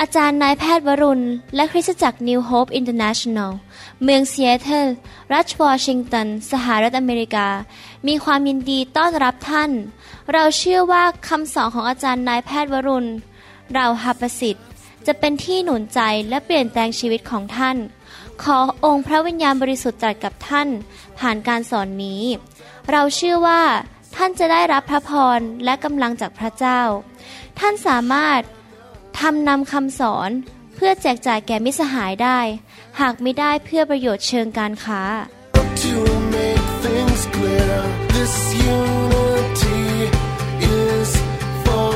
อาจารย์นายแพทย์วรุณและคริสตจักร New Hope International เมืองซีแอตเทิลรัฐวอชิงตันสหรัฐอเมริกามีความยินดีต้อนรับท่านเราเชื่อว่าคำสอนของอาจารย์นายแพทย์วรุณเราหประสิทธิ์จะเป็นที่หนุนใจและเปลี่ยนแปลงชีวิตของท่านขอองค์พระวิญญาณบริสุทธิ์ตรัสกับท่านผ่านการสอนนี้เราเชื่อว่าท่านจะได้รับพระพรและกำลังจากพระเจ้าท่านสามารถนำคำสอนเพื่อแจกจ่ายแก่มิตรสหายได้หากไม่ได้เพื่อประโยชน์เชิงการค้า To make things clear, this unity is for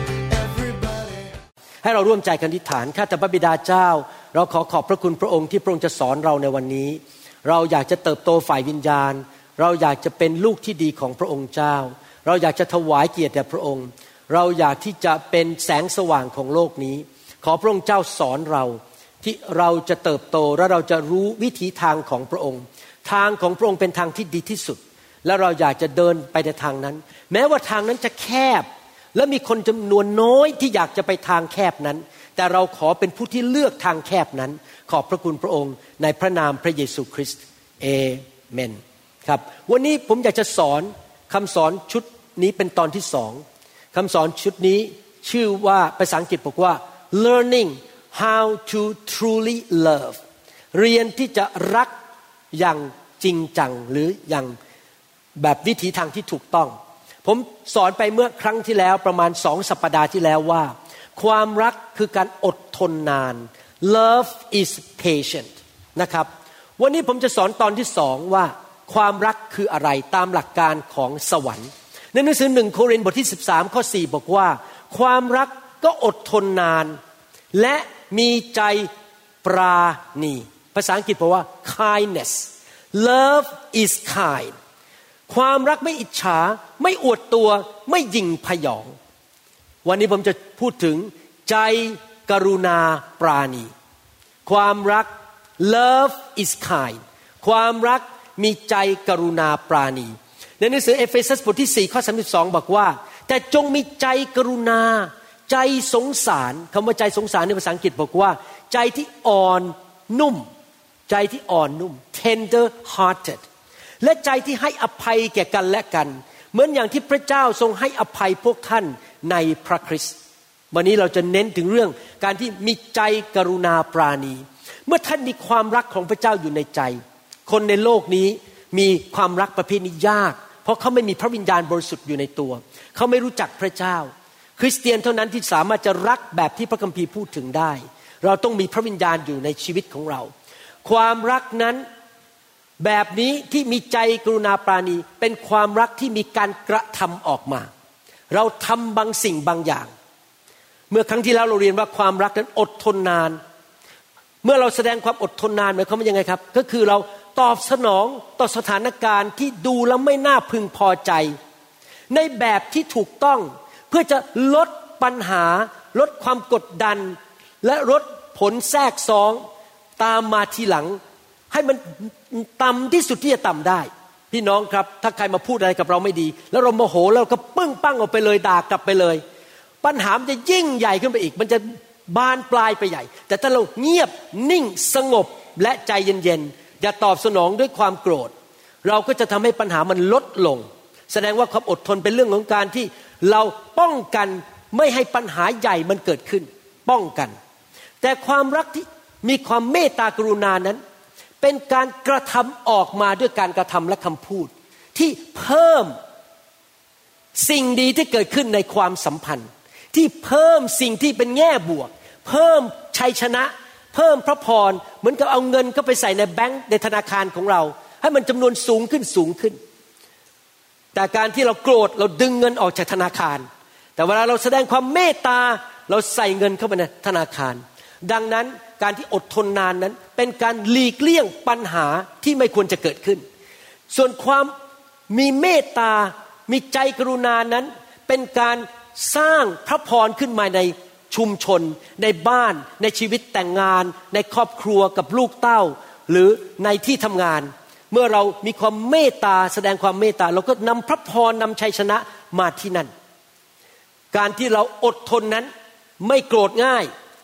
everybody. ให้เราร่วมใจกันอธิษฐานข้าแต่พระบิดาเจ้าเราขอขอบพระคุณพระองค์ที่พระองค์จะสอนเราในวันนี้เราอยากจะเติบโตฝ่ายวิญญาณเราอยากจะเป็นลูกที่ดีของพระองค์เจ้าเราอยากจะถวายเกียรติแด่พระองค์เราอยากที่จะเป็นแสงสว่างของโลกนี้ขอพระองค์เจ้าสอนเราที่เราจะเติบโตและเราจะรู้วิถีทางของพระองค์ทางของพระองค์เป็นทางที่ดีที่สุดและเราอยากจะเดินไปในทางนั้นแม้ว่าทางนั้นจะแคบและมีคนจำนวนน้อยที่อยากจะไปทางแคบนั้นแต่เราขอเป็นผู้ที่เลือกทางแคบนั้นขอบพระคุณพระองค์ในพระนามพระเยซูคริสต์เอเมนครับวันนี้ผมอยากจะสอนคำสอนชุดนี้เป็นตอนที่2คำสอนชุดนี้ชื่อว่าภาษาอังกฤษบอกว่า learning how to truly love เรียนที่จะรักอย่างจริงจังหรืออย่างแบบวิถีทางที่ถูกต้องผมสอนไปเมื่อครั้งที่แล้วประมาณ2 สัปดาห์ที่แล้วว่าความรักคือการอดทนนาน love is patient นะครับวันนี้ผมจะสอนตอนที่2ว่าความรักคืออะไรตามหลักการของสวรรค์ในหนังสือ1 โครินธ์บทที่13ข้อ4บอกว่าความรักก็อดทนนานและมีใจปราณีภาษาอังกฤษบอกว่า kindness love is kind ความรักไม่อิจฉาไม่อวดตัวไม่หยิ่งพยองวันนี้ผมจะพูดถึงใจกรุณาปราณีความรัก love is kind ความรักมีใจกรุณาปราณีในหนังสือเอเฟซัสบทที่4ข้อ32บอกว่าแต่จงมีใจกรุณาใจสงสารคำว่าใจสงสารในภาษาอังกฤษบอกว่าใจที่อ่อนนุ่มใจที่อ่อนนุ่ม tender hearted และใจที่ให้อภัยแก่กันและกันเหมือนอย่างที่พระเจ้าทรงให้อภัยพวกท่านในพระคริสต์วันนี้เราจะเน้นถึงเรื่องการที่มีใจกรุณาปราณีเมื่อท่านมีความรักของพระเจ้าอยู่ในใจคนในโลกนี้มีความรักประเภทนี้ยากเพราะเขาไม่มีพระวิญญาณบริสุทธิ์อยู่ในตัวเขาไม่รู้จักพระเจ้าคริสเตียนเท่านั้นที่สามารถจะรักแบบที่พระคัมภีร์พูดถึงได้เราต้องมีพระวิญญาณอยู่ในชีวิตของเราความรักนั้นแบบนี้ที่มีใจกรุณาปราณีเป็นความรักที่มีการกระทำออกมาเราทำบางสิ่งบางอย่างเมื่อครั้งที่แล้วเราเรียนว่าความรักนั้นอดทนนานเมื่อเราแสดงความอดทนนานหมายความว่ายังไงครับก็คือเราตอบสนองต่อสถานการณ์ที่ดูแล้วไม่น่าพึงพอใจในแบบที่ถูกต้องเพื่อจะลดปัญหาลดความกดดันและลดผลแทรกซ้อนตามมาทีหลังให้มันต่ำที่สุดที่จะต่ำได้พี่น้องครับถ้าใครมาพูดอะไรกับเราไม่ดีแล้วเราโมโหแล้วก็ปึ้งปั้งออกไปเลยด่ากลับไปเลยปัญหามันจะยิ่งใหญ่ขึ้นไปอีกมันจะบานปลายไปใหญ่แต่ถ้าเราเงียบนิ่งสงบและใจเย็นๆอย่าตอบสนองด้วยความโกรธเราก็จะทำให้ปัญหามันลดลงแสดงว่าความอดทนเป็นเรื่องของการที่เราป้องกันไม่ให้ปัญหาใหญ่มันเกิดขึ้นป้องกันแต่ความรักที่มีความเมตตากรุณานั้นเป็นการกระทำออกมาด้วยการกระทำและคำพูดที่เพิ่มสิ่งดีที่เกิดขึ้นในความสัมพันธ์ที่เพิ่มสิ่งที่เป็นแง่บวกเพิ่มชัยชนะเพิ่มพระพรเหมือนกับเอาเงินเข้าไปใส่ในแบงก์ในธนาคารของเราให้มันจำนวนสูงขึ้นสูงขึ้นแต่การที่เราโกรธเราดึงเงินออกจากธนาคารแต่เวลาเราแสดงความเมตตาเราใส่เงินเข้าไปในธนาคารดังนั้นการที่อดทนนานนั้นเป็นการหลีกเลี่ยงปัญหาที่ไม่ควรจะเกิดขึ้นส่วนความมีเมตตามีใจกรุณานั้นเป็นการสร้างพระพรขึ้นมาในชุมชนในบ้านในชีวิตแต่งงานในครอบครัวกับลูกเต้าหรือในที่ทำงานเมื่อเรามีความเมตตาแสดงความเมตตาเราก็นำพระพรนำชัยชนะมาที่นั่นการที่เราอดทนนั้นไม่โกรธง่าย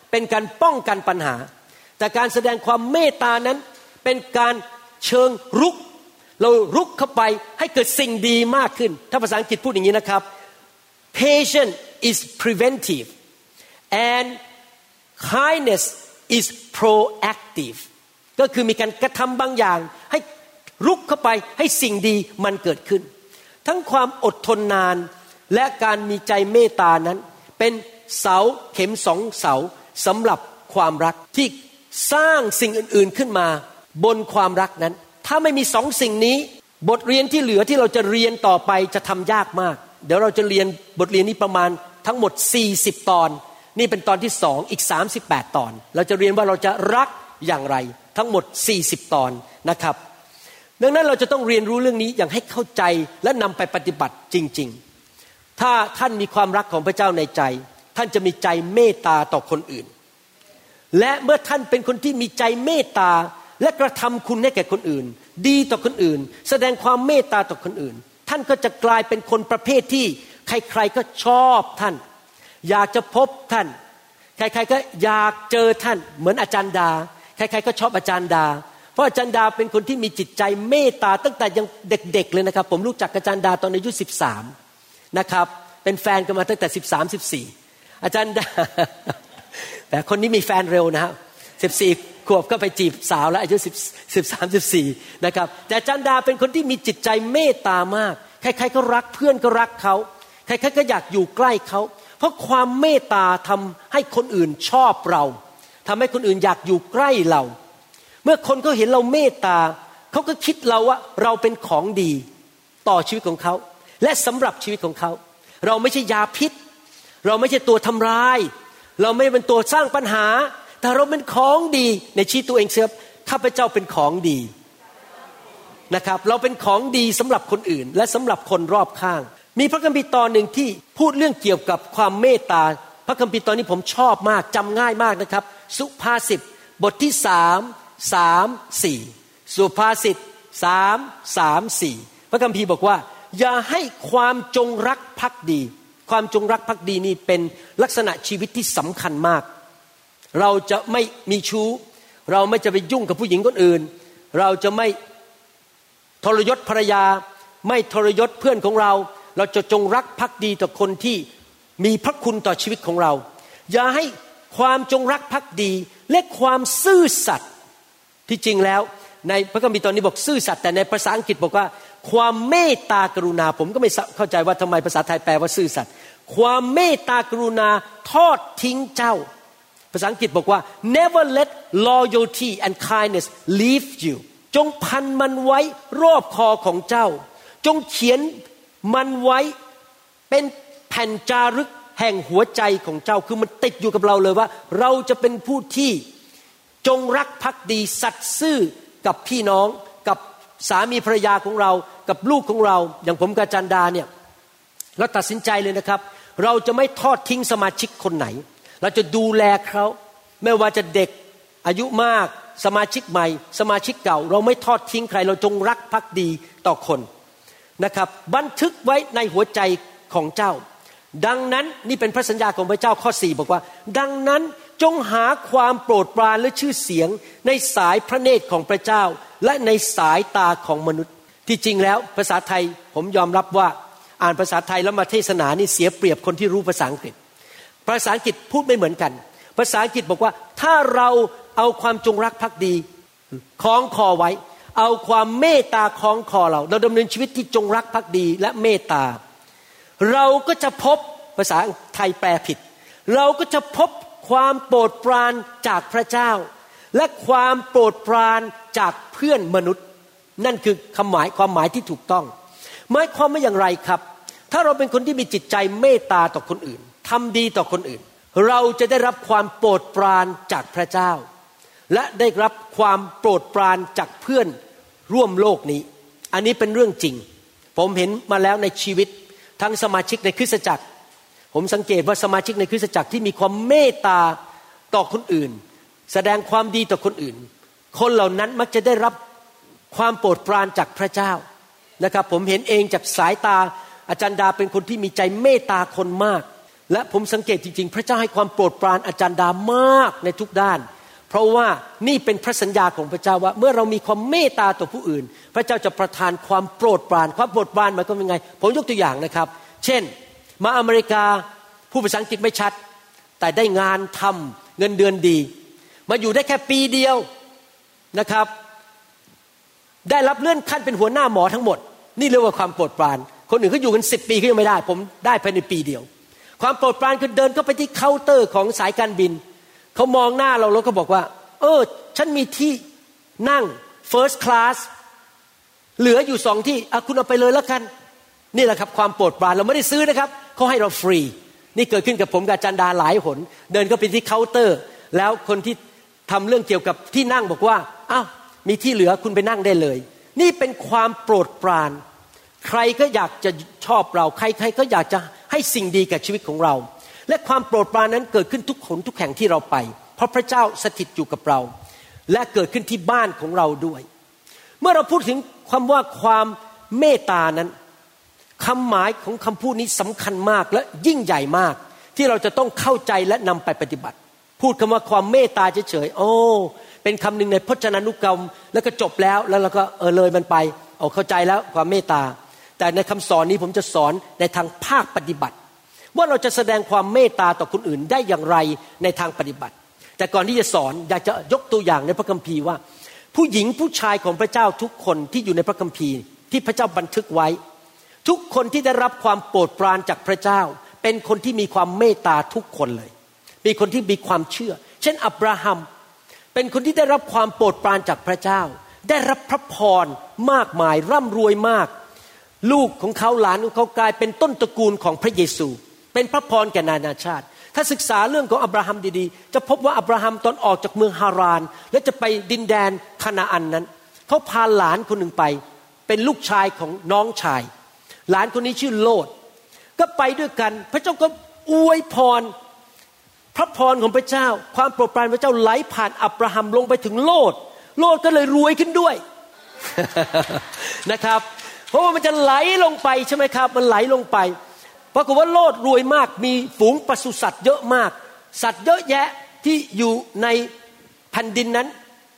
เป็นการป้องกันปัญหาแต่การแสดงความเมตตานั้นเป็นการเชิงรุกเรารุกเข้าไปให้เกิดสิ่งดีมากขึ้นถ้าภาษาอังกฤษพูดอย่างนี้นะครับ Patience is preventive and kindness is proactive ก็คือมีการกระทำบางอย่างให้รุกเข้าไปให้สิ่งดีมันเกิดขึ้นทั้งความอดทนนานและการมีใจเมตตานั้นเป็นเสาเข็มสองเสาสำหรับความรักที่สร้างสิ่งอื่นๆขึ้นมาบนความรักนั้นถ้าไม่มีสองสิ่งนี้บทเรียนที่เหลือที่เราจะเรียนต่อไปจะทำยากมากเดี๋ยวเราจะเรียนบทเรียนนี้ประมาณทั้งหมด40ตอนนี่เป็นตอนที่2อีก38ตอนเราจะเรียนว่าเราจะรักอย่างไรทั้งหมด40ตอนนะครับดังนั้นเราจะต้องเรียนรู้เรื่องนี้อย่างให้เข้าใจและนำไปปฏิบัติจริงๆถ้าท่านมีความรักของพระเจ้าในใจท่านจะมีใจเมตตาต่อคนอื่นและเมื่อท่านเป็นคนที่มีใจเมตตาและกระทำคุณให้แก่คนอื่นดีต่อคนอื่นแสดงความเมตตาต่อคนอื่นท่านก็จะกลายเป็นคนประเภทที่ใครๆก็ชอบท่านอยากจะพบท่านใครๆก็อยากเจอท่านเหมือนอาจารย์ดาใครๆก็ชอบอาจารย์ดาเพราะอาจารย์ดาเป็นคนที่มีจิตใจเมตตาตั้งแต่ยังเด็กๆเลยนะครับผมรู้จักอาจารย์ดาตอนอายุ13นะครับเป็นแฟนกันมาตั้งแต่13-14อาจารย์ดาแต่คนนี้มีแฟนเร็วนะครับ14ขวบก็ไปจีบสาวแล้วอายุ13-14นะครับแต่อาจารย์ดาเป็นคนที่มีจิตใจเมตตามากใครๆก็รักเพื่อนก็รักเขาใครๆก็อยากอยู่ใกล้เขาเพราะความเมตตาทำให้คนอื่นชอบเราทำให้คนอื่นอยากอยู่ใกล้เราเมื่อคนเขาเห็นเราเมตตาเขาก็คิดเราว่าเราเป็นของดีต่อชีวิตของเขาและสำหรับชีวิตของเขาเราไม่ใช่ยาพิษเราไม่ใช่ตัวทำร้ายเราไม่เป็นตัวสร้างปัญหาแต่เราเป็นของดีในชีวิตตัวเองเสียข้าพเจ้าเป็นของดีนะครับเราเป็นของดีสำหรับคนอื่นและสำหรับคนรอบข้างมีพระคัมภีร์ตอนหนึ่งที่พูดเรื่องเกี่ยวกับความเมตตาพระคัมภีร์ตอนนี้ผมชอบมากจำง่ายมากนะครับสุภาษิตบทที่3-4สุภาษิต3-4พระคัมภีร์บอกว่าอย่าให้ความจงรักภักดีความจงรักภักดีนี่เป็นลักษณะชีวิตที่สำคัญมากเราจะไม่มีชู้เราไม่จะไปยุ่งกับผู้หญิงคนอื่นเราจะไม่ทรยศภรรยาไม่ทรยศเพื่อนของเราเราจะจงรักภักดีต่อคนที่มีพระคุณต่อชีวิตของเราอย่าให้ความจงรักภักดีและความซื่อสัตย์ที่จริงแล้วในพระคัมภีร์ตอนนี้บอกซื่อสัตย์แต่ในภาษาอังกฤษบอกว่าความเมตตากรุณาผมก็ไม่เข้าใจว่าทำไมภาษาไทยแปลว่าซื่อสัตย์ความเมตตากรุณาทอดทิ้งเจ้าภาษาอังกฤษบอกว่า never let loyalty and kindness leave you จงพันมันไว้รอบคอของเจ้าจงเขียนมันไว้เป็นแผ่นจารึกแห่งหัวใจของเจ้าคือมันติดอยู่กับเราเลยว่าเราจะเป็นผู้ที่จงรักภักดีสัตย์ซื่อกับพี่น้องกับสามีภรรยาของเรากับลูกของเราอย่างผมกับจันดาเนี่ยเราตัดสินใจเลยนะครับเราจะไม่ทอดทิ้งสมาชิกคนไหนเราจะดูแลเขาไม่ว่าจะเด็กอายุมากสมาชิกใหม่สมาชิกเก่าเราไม่ทอดทิ้งใครเราจงรักภักดีต่อคนนะครับบันทึกไว้ในหัวใจของเจ้าดังนั้นนี่เป็นพระสัญญาของพระเจ้าข้อ4บอกว่าดังนั้นจงหาความโปรดปรานและชื่อเสียงในสายพระเนตรของพระเจ้าและในสายตาของมนุษย์ที่จริงแล้วภาษาไทยผมยอมรับว่าอ่านภาษาไทยแล้วมาเทศนานี่เสียเปรียบคนที่รู้ภาษาอังกฤษภาษาอังกฤษพูดไม่เหมือนกันภาษาอังกฤษบอกว่าถ้าเราเอาความจงรักภักดีคล้องคอไว้เอาความเมตตาคล้องคอเราดำเนินชีวิตที่จงรักภักดีและเมตตาเราก็จะพบภาษาไทยแปลผิดเราก็จะพบความโปรดปรานจากพระเจ้าและความโปรดปรานจากเพื่อนมนุษย์นั่นคือความหมายที่ถูกต้องหมายความว่าอย่างไรครับถ้าเราเป็นคนที่มีจิตใจเมตตาต่อคนอื่นทำดีต่อคนอื่นเราจะได้รับความโปรดปรานจากพระเจ้าและได้รับความโปรดปรานจากเพื่อนร่วมโลกนี้อันนี้เป็นเรื่องจริงผมเห็นมาแล้วในชีวิตทั้งสมาชิกในคริสตจักรผมสังเกตว่าสมาชิกในคริสตจักรที่มีความเมตตาต่อคนอื่นแสดงความดีต่อคนอื่นคนเหล่านั้นมักจะได้รับความโปรดปรานจากพระเจ้านะครับผมเห็นเองจากสายตาอาจารย์ดาเป็นคนที่มีใจเมตตาคนมากและผมสังเกตจริงๆพระเจ้าให้ความโปรดปรานอาจารย์ดามากในทุกด้านเพราะว่านี่เป็นพระสัญญาของพระเจ้าว่าเมื่อเรามีความเมตตาต่อผู้อื่นพระเจ้าจะประทานความโปรดปรานความโปรดปรานหมายความว่ายังไงผมยกตัวอย่างนะครับเช่นมาอเมริกาพูดภาษาอังกฤษไม่ชัดแต่ได้งานทำเงินเดือนดีมาอยู่ได้แค่ปีเดียวนะครับได้รับเลื่อนขั้นเป็นหัวหน้าหมอทั้งหมดนี่เรียกว่าความโปรดปรานคนอื่นเขาอยู่กัน10 ปีเขายังไม่ได้ผมได้ภายในปีเดียวความโปรดปรานคือเดินเข้าไปที่เคาน์เตอร์ของสายการบินเขามองหน้าเราแล้วก็บอกว่าฉันมีที่นั่ง first class เหลืออยู่2ที่คุณเอาไปเลยแล้วกันนี่แหละครับความโปรดปรานเราไม่ได้ซื้อนะครับเขาให้เราฟรีนี่เกิดขึ้นกับผมกับอาจารย์ดาหลายหนเดินเข้าไปที่เคาน์เตอร์แล้วคนที่ทำเรื่องเกี่ยวกับที่นั่งบอกว่ามีที่เหลือคุณไปนั่งได้เลยนี่เป็นความโปรดปรานใครก็อยากจะชอบเราใครก็อยากจะให้สิ่งดีกับชีวิตของเราและความโปรดปรานนั้นเกิดขึ้นทุกหนทุกแห่งที่เราไปเพราะพระเจ้าสถิตอยู่กับเราและเกิดขึ้นที่บ้านของเราด้วยเมื่อเราพูดถึงคำว่าความเมตตานั้นคำหมายของคำพูดนี้สำคัญมากและยิ่งใหญ่มากที่เราจะต้องเข้าใจและนำไปปฏิบัติพูดคำว่าความเมตตาเฉยๆเป็นคำหนึ่งในพจนานุกรมแล้วก็จบแล้วเราก็เลยมันไปเข้าใจแล้วความเมตตาแต่ในคำสอนนี้ผมจะสอนในทางภาคปฏิบัติว่าเราจะแสดงความเมตตาต่อคนอื่นได้อย่างไรในทางปฏิบัติแต่ก่อนที่จะสอนอยากจะยกตัวอย่างในพระคัมภีร์ว่าผู้หญิงผู้ชายของพระเจ้าทุกคนที่อยู่ในพระคัมภีร์ที่พระเจ้าบันทึกไว้ทุกคนที่ได้รับความโปรดปรานจากพระเจ้าเป็นคนที่มีความเมตตาทุกคนเลยมีคนที่มีความเชื่อเช่นอับราฮัมเป็นคนที่ได้รับความโปรดปรานจากพระเจ้าได้รับพระพรมากมายร่ำรวยมากลูกของเขาหลานของเขากลายเป็นต้นตระกูลของพระเยซูเป็นพระพรแก่นานาชาติถ้าศึกษาเรื่องของอับราฮัมดีๆจะพบว่าอับราฮัมตอนออกจากเมืองฮารานและจะไปดินแดนคานาอันนั้นเขาพาหลานคนหนึ่งไปเป็นลูกชายของน้องชายหลานคนนี้ชื่อโลดก็ไปด้วยกันพระเจ้าก็อวยพรพระพรของพระเจ้าความโปรดปรานพระเจ้าไหลผ่านอับราฮัมลงไปถึงโลดก็เลยรวยขึ้นด้วย นะครับเพราะว่ามันจะไหลลงไปใช่ไหมครับมันไหลลงไปปรากฏว่าโลดรวยมากมีฝูงปศุสัตว์เยอะมากสัตว์เยอะแยะที่อยู่ในแผ่นดินนั้น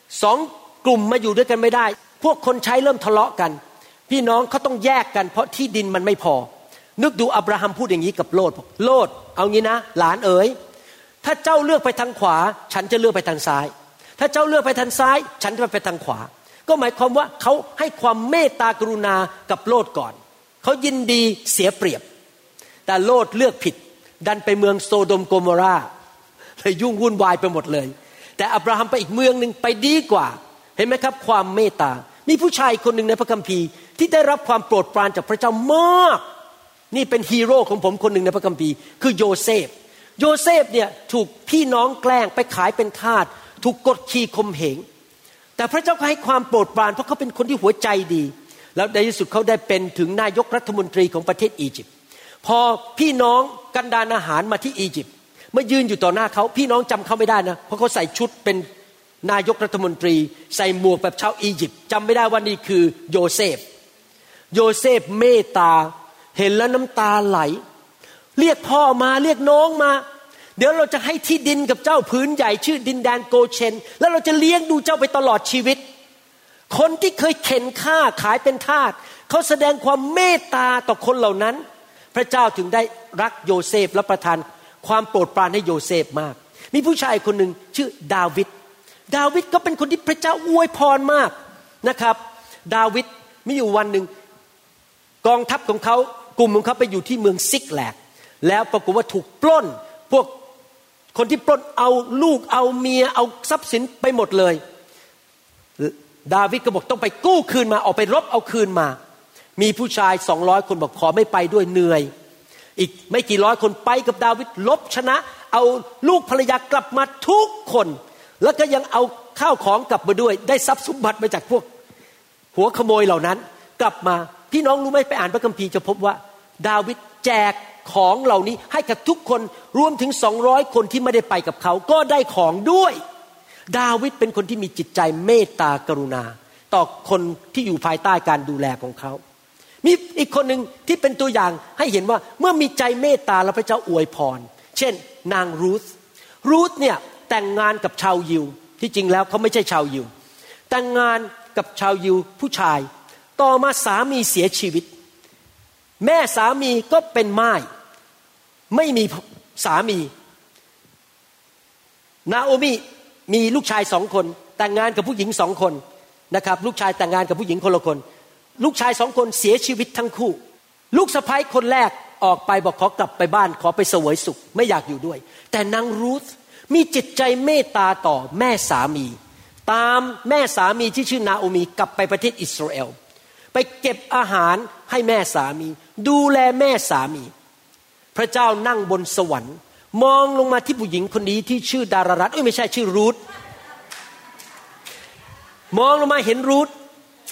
2 กลุ่มมาอยู่ด้วยกันไม่ได้พวกคนใช้เริ่มทะเลาะกันพี่น้องเขาต้องแยกกันเพราะที่ดินมันไม่พอนึกดูอับราฮัมพูดอย่างนี้กับโลดบอกโลดเอางี้นะหลานเอ๋ยถ้าเจ้าเลือกไปทางขวาฉันจะเลือกไปทางซ้ายถ้าเจ้าเลือกไปทางซ้ายฉันจะไปทางขวาก็หมายความว่าเขาให้ความเมตตากรุณากับโลดก่อนเขายินดีเสียเปรียบแต่โลดเลือกผิดดันไปเมืองโซโดมโกโมราเลยยุ่งวุ่นวายไปหมดเลยแต่อับราฮัมไปอีกเมืองนึงไปดีกว่าเห็นไหมครับความเมตตามีผู้ชายคนหนึ่งในพระคัมภีร์ที่ได้รับความโปรดปรานจากพระเจ้ามากนี่เป็นฮีโร่ของผมคนหนึ่งในพระคัมภีร์คือโยเซฟเนี่ยถูกพี่น้องแกล้งไปขายเป็นทาสถูกกดขี่ข่มเหงแต่พระเจ้าก็ให้ความโปรดปรานเพราะเขาเป็นคนที่หัวใจดีแล้วในที่สุดเขาได้เป็นถึงนายกรัฐมนตรีของประเทศอียิปต์พอพี่น้องกันดารอาหารมาที่อียิปต์เมื่อยืนอยู่ต่อหน้าเขาพี่น้องจำเขาไม่ได้นะเพราะเขาใส่ชุดเป็นนายกรัฐมนตรีใส่หมวกแบบชาวอียิปต์จำไม่ได้ว่านี่คือโยเซฟเมตตาเห็นแล้วน้ำตาไหลเรียกพ่อมาเรียกน้องมาเดี๋ยวเราจะให้ที่ดินกับเจ้าผืนใหญ่ชื่อดินแดนโกเชนแล้วเราจะเลี้ยงดูเจ้าไปตลอดชีวิตคนที่เคยเข็นฆ่าขายเป็นทาสเขาแสดงความเมตตาต่อคนเหล่านั้นพระเจ้าถึงได้รักโยเซฟและประทานความโปรดปรานให้โยเซฟมากมีผู้ชายคนหนึ่งชื่อดาวิดก็เป็นคนที่พระเจ้าอวยพรมากนะครับดาวิดมีอยู่วันหนึ่งกองทัพของเขากลุ่มของเขาไปอยู่ที่เมืองซิกแลกแล้วปรากฏว่าถูกปล้นพวกคนที่ปล้นเอาลูกเอาเมียเอาทรัพย์สินไปหมดเลยดาวิดก็บอกต้องไปกู้คืนมาออกไปรบเอาคืนมามีผู้ชาย200 คนบอกขอไม่ไปด้วยเหนื่อยอีกไม่กี่ร้อยคนไปกับดาวิดลบชนะเอาลูกภรรยากลับมาทุกคนแล้วก็ยังเอาข้าวของกลับมาด้วยได้ทรัพย์สมบัติมาจากพวกหัวขโมยเหล่านั้นกลับมาพี่น้องรู้ไหมไปอ่านพระคัมภีร์จะพบว่าดาวิดแจกของเหล่านี้ให้กับทุกคนรวมถึง200 คนที่ไม่ได้ไปกับเขาก็ได้ของด้วยดาวิดเป็นคนที่มีจิตใจเมตตากรุณาต่อคนที่อยู่ภายใต้การดูแลของเขามีอีกคนหนึ่งที่เป็นตัวอย่างให้เห็นว่าเมื่อมีใจเมตตาแล้วพระเจ้าอวยพรเช่นนางรูธเนี่ยแต่งงานกับชาวยิวที่จริงแล้วเขาไม่ใช่ชาวยิวแต่งงานกับชาวยิวผู้ชายต่อมาสามีเสียชีวิตแม่สามีก็เป็นม่ายไม่มีสามีนาโอมิมีลูกชาย2 คนแต่งงานกับผู้หญิง2 คนนะครับลูกชายแต่งงานกับผู้หญิงคนละคนลูกชาย2 คนเสียชีวิตทั้งคู่ลูกสะใภ้คนแรกออกไปบอกขอกลับไปบ้านขอไปเสวยสุขไม่อยากอยู่ด้วยแต่นางรูธมีจิตใจเมตตาต่อแม่สามีตามแม่สามีที่ชื่อนาโอมีกลับไปประเทศอิสราเอลไปเก็บอาหารให้แม่สามีดูแลแม่สามีพระเจ้านั่งบนสวรรค์มองลงมาที่ผู้หญิงคนนี้ที่ชื่อดารารัตน์ไม่ใช่ชื่อรูธมองลงมาเห็นรูธ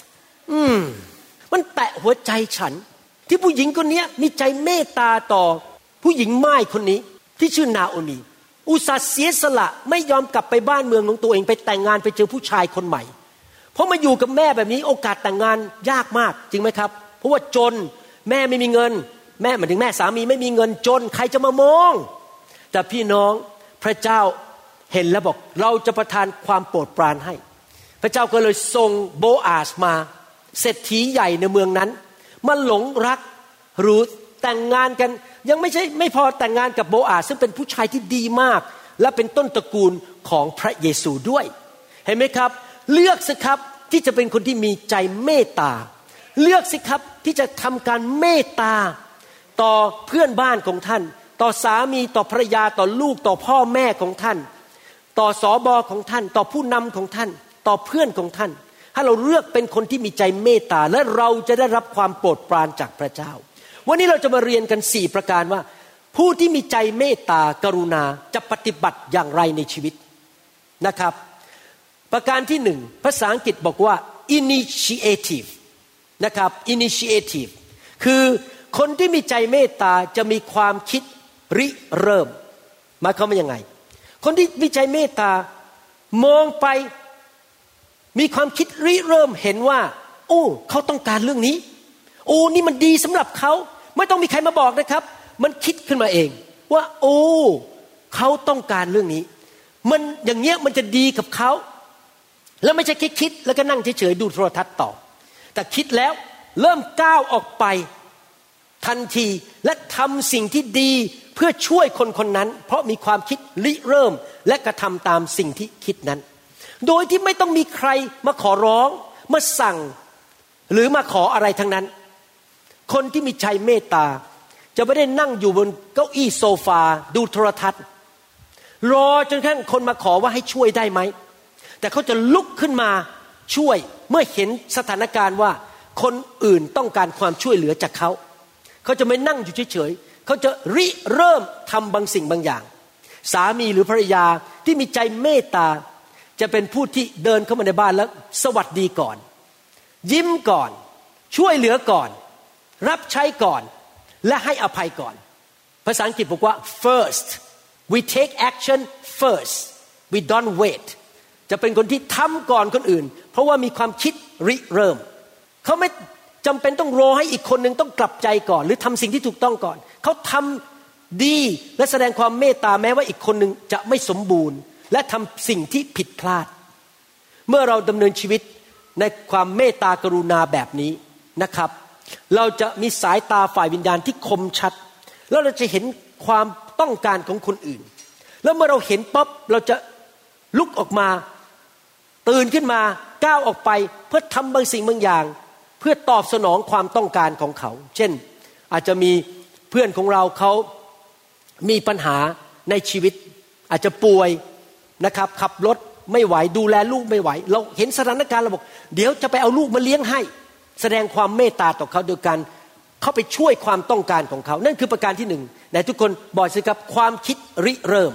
มันแตะหัวใจฉันที่ผู้หญิงคนนี้มีใจเมตตาต่อผู้หญิงม่ายคนนี้ที่ชื่อนาโอมีอุตส่าห์เสียสละไม่ยอมกลับไปบ้านเมืองของตัวเองไปแต่งงานไปเจอผู้ชายคนใหม่เพราะมาอยู่กับแม่แบบนี้โอกาสแต่งงานยากมากจริงไหมครับเพราะว่าจนแม่ไม่มีเงินแม่หมายถึงแม่สามีไม่มีเงินจนใครจะมามองแต่พี่น้องพระเจ้าเห็นแล้วบอกเราจะประทานความโปรดปรานให้พระเจ้าก็เลยส่งโบอาสมาเศรษฐีใหญ่ในเมืองนั้นมาหลงรักรูธแต่งงานกันยังไม่พอแต่งงานกับโบอาสซึ่งเป็นผู้ชายที่ดีมากและเป็นต้นตระกูลของพระเยซูด้วยเห็นไหมครับเลือกสิครับที่จะเป็นคนที่มีใจเมตตาเลือกสิครับที่จะทำการเมตตาต่อเพื่อนบ้านของท่านต่อสามีต่อภรรยาต่อลูกต่อพ่อแม่ของท่านต่อสบของท่านต่อผู้นำของท่านต่อเพื่อนของท่านให้เราเลือกเป็นคนที่มีใจเมตตาและเราจะได้รับความโปรดปรานจากพระเจ้าวันนี้เราจะมาเรียนกัน4ประการว่าผู้ที่มีใจเมตตากรุณาจะปฏิบัติอย่างไรในชีวิตนะครับประการที่1ภาษาอังกฤษบอกว่า initiative นะครับ initiative คือคนที่มีใจเมตตาจะมีความคิดริเริ่มหมายความว่ายังไงคนที่มีใจเมตตามองไปมีความคิดริเริ่มเห็นว่าโอ้เขาต้องการเรื่องนี้โอ้นี่มันดีสำหรับเขาไม่ต้องมีใครมาบอกนะครับมันคิดขึ้นมาเองว่าโอ้เขาต้องการเรื่องนี้มันอย่างเงี้ยมันจะดีกับเขาแล้วไม่ใช่แค่คิดแล้วก็นั่งเฉยๆดูโทรทัศน์ต่อแต่คิดแล้วเริ่มก้าวออกไปทันทีและทำสิ่งที่ดีเพื่อช่วยคนคนนั้นเพราะมีความคิดริเริ่มและกระทำตามสิ่งที่คิดนั้นโดยที่ไม่ต้องมีใครมาขอร้องมาสั่งหรือมาขออะไรทั้งนั้นคนที่มีใจเมตตาจะไม่ได้นั่งอยู่บนเก้าอี้โซฟาดูโทรทัศน์รอจนกระทั่งคนมาขอว่าให้ช่วยได้ไหมแต่เขาจะลุกขึ้นมาช่วยเมื่อเห็นสถานการณ์ว่าคนอื่นต้องการความช่วยเหลือจากเขาเขาจะไม่นั่งอยู่เฉยๆเขาจะริเริ่มทำบางสิ่งบางอย่างสามีหรือภรรยาที่มีใจเมตตาจะเป็นผู้ที่เดินเข้ามาในบ้านแล้วสวัสดีก่อนยิ้มก่อนช่วยเหลือก่อนรับใช้ก่อนและให้อภัยก่อนภาษาอังกฤษบอกว่า first we take action first we don't wait จะเป็นคนที่ทำก่อนคนอื่นเพราะว่ามีความคิดริเริ่มเขาไม่จำเป็นต้องรอให้อีกคนนึงต้องกลับใจก่อนหรือทำสิ่งที่ถูกต้องก่อนเขาทำดีและแสดงความเมตตาแม้ว่าอีกคนนึงจะไม่สมบูรณ์และทำสิ่งที่ผิดพลาดเมื่อเราดำเนินชีวิตในความเมตตากรุณาแบบนี้นะครับเราจะมีสายตาฝ่ายวิญญาณที่คมชัดแล้วเราจะเห็นความต้องการของคนอื่นแล้วเมื่อเราเห็นปั๊บเราจะลุกออกมาตื่นขึ้นมาก้าวออกไปเพื่อทำบางสิ่งบางอย่างเพื่อตอบสนองความต้องการของเขาเช่นอาจจะมีเพื่อนของเราเขามีปัญหาในชีวิตอาจจะป่วยนะครับขับรถไม่ไหวดูแลลูกไม่ไหวเราเห็นสถานการณ์เราบอกเดี๋ยวจะไปเอาลูกมาเลี้ยงให้แสดงความเมตตาต่อเขาโดยการเข้าไปช่วยความต้องการของเขานั่นคือประการที่1ไหนทุกคนบอกสิครับความคิดริเริ่ม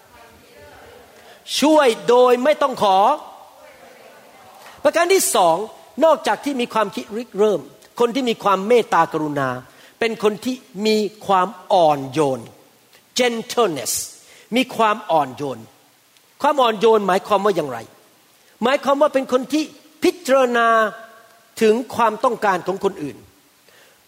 ช่วยโดยไม่ต้องขอประการที่2นอกจากที่มีความคิดริเริ่มคนที่มีความเมตตากรุณาเป็นคนที่มีความอ่อนโยน gentleness มีความอ่อนโยนความอ่อนโยนหมายความว่าอย่างไรหมายความว่าเป็นคนที่พิจารณาถึงความต้องการของคนอื่น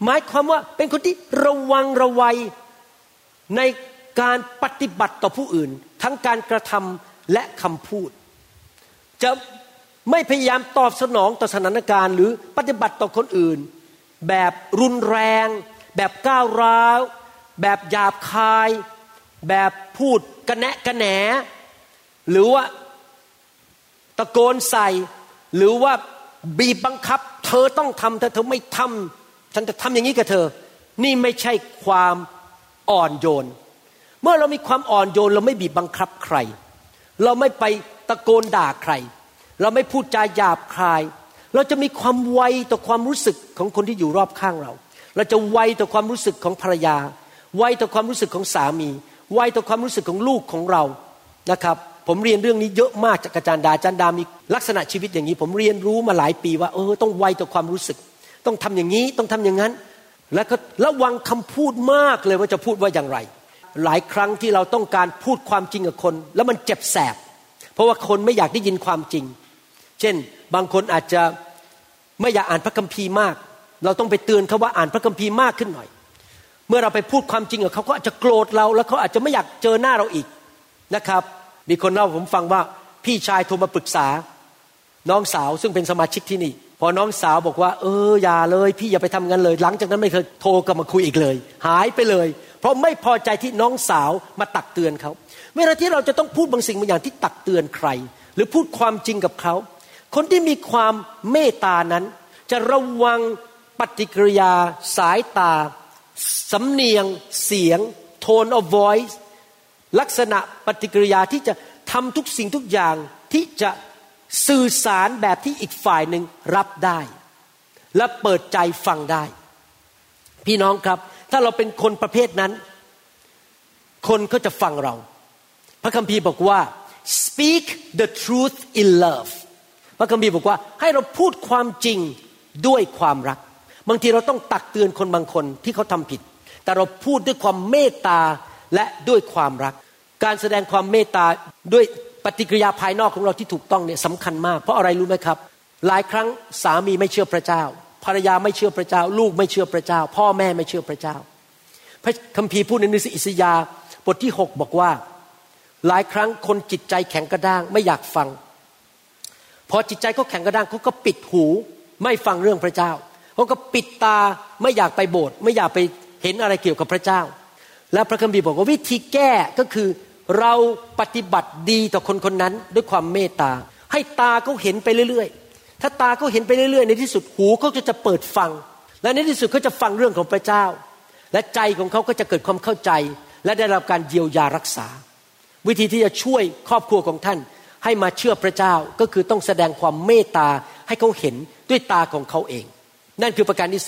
หมายความว่าเป็นคนที่ระวังระวัยในการปฏิบัติต่อผู้อื่นทั้งการกระทำและคำพูดจะไม่พยายามตอบสนองต่อสถานการณ์หรือปฏิบัติต่อคนอื่นแบบรุนแรงแบบก้าวร้าวแบบหยาบคายแบบพูดกระแนะกระแหนหรือว่าตะโกนใส่หรือว่าบีบบังคับเธอต้องทำถ้าเธอไม่ทำฉันจะทำอย่างนี้กับเธอนี่ไม่ใช่ความอ่อนโยนเมื่อเรามีความอ่อนโยนเราไม่บีบบังคับใครเราไม่ไปตะโกนด่าใครเราไม่พูดจาหยาบคายเราจะมีความไวต่อความรู้สึกของคนที่อยู่รอบข้างเราเราจะไวต่อความรู้สึกของภรรยาไวต่อความรู้สึกของสามีไวต่อความรู้สึกของลูกของเรานะครับผมเรียนเรื่องนี้เยอะมากจากอาจารย์ดามีลักษณะชีวิตอย่างนี้ผมเรียนรู้มาหลายปีว่าต้องไวต่อความรู้สึกต้องทำอย่างนี้ต้องทำอย่างนั้นแล้วก็ระวังคำพูดมากเลยว่าจะพูดว่าอย่างไรหลายครั้งที่เราต้องการพูดความจริงกับคนแล้วมันเจ็บแสบเพราะว่าคนไม่อยากได้ยินความจริงเช่นบางคนอาจจะไม่อยากอ่านพระคัมภีร์มากเราต้องไปเตือนเขาว่าอ่านพระคัมภีร์มากขึ้นหน่อยเมื่อเราไปพูดความจริงกับเขาก็อาจจะโกรธเราแล้วเขาอาจจะไม่อยากเจอหน้าเราอีกนะครับมีคนเล่าผมฟังว่าพี่ชายโทรมาปรึกษาน้องสาวซึ่งเป็นสมาชิกที่นี่พอน้องสาวบอกว่าอย่าเลยพี่อย่าไปทำงั้นเลยหลังจากนั้นไม่เคยโทรกลับมาคุยอีกเลยหายไปเลยเพราะไม่พอใจที่น้องสาวมาตักเตือนเขาเวลาที่เราจะต้องพูดบางสิ่งบางอย่างที่ตักเตือนใครหรือพูดความจริงกับเขาคนที่มีความเมตตานั้นจะระวังปฏิกิริยาสายตาสำเนียงเสียง tone of voice ลักษณะปฏิกิริยาที่จะทำทุกสิ่งทุกอย่างที่จะสื่อสารแบบที่อีกฝ่ายหนึ่งรับได้และเปิดใจฟังได้พี่น้องครับถ้าเราเป็นคนประเภทนั้นคนก็จะฟังเราพระคัมภีร์บอกว่า speak the truth in love พระคัมภีร์บอกว่าให้เราพูดความจริงด้วยความรักบางทีเราต้องตักเตือนคนบางคนที่เขาทำผิดแต่เราพูดด้วยความเมตตาและด้วยความรักการแสดงความเมตตาด้วยปฏิกิริยาภายนอกของเราที่ถูกต้องเนี่ยสำคัญมากเพราะอะไรรู้ไหมครับหลายครั้งสามีไม่เชื่อพระเจ้าภรรยาไม่เชื่อพระเจ้าลูกไม่เชื่อพระเจ้าพ่อแม่ไม่เชื่อพระเจ้าพระคัมภีร์พูดในหนังสืออิสยาห์บทที่6บอกว่าหลายครั้งคนจิตใจแข็งกระด้างไม่อยากฟังพอจิตใจเขาแข็งกระด้างเขาก็ปิดหูไม่ฟังเรื่องพระเจ้าเขาก็ปิดตาไม่อยากไปโบสถ์ไม่อยากไปเห็นอะไรเกี่ยวกับพระเจ้าและพระคัมภีร์บอกว่าวิธีแก้ก็คือเราปฏิบัติดีต่อคนคนนั้นด้วยความเมตตาให้ตาเขาเห็นไปเรื่อยๆถ้าตาเขาเห็นไปเรื่อยๆในที่สุดหูเขาก็จะเปิดฟังและในที่สุดเขาจะฟังเรื่องของพระเจ้าและใจของเขาก็จะเกิดความเข้าใจและได้รับการเยียวยารักษาวิธีที่จะช่วยครอบครัวของท่านให้มาเชื่อพระเจ้าก็คือต้องแสดงความเมตตาให้เขาเห็นด้วยตาของเขาเองนั่นคือประการที่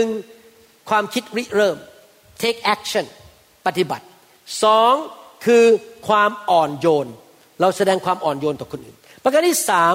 2ความคิดริเริ่ม take action ปฏิบัติ2คือความอ่อนโยนเราแสดงความอ่อนโยนต่อคนอื่นประการที่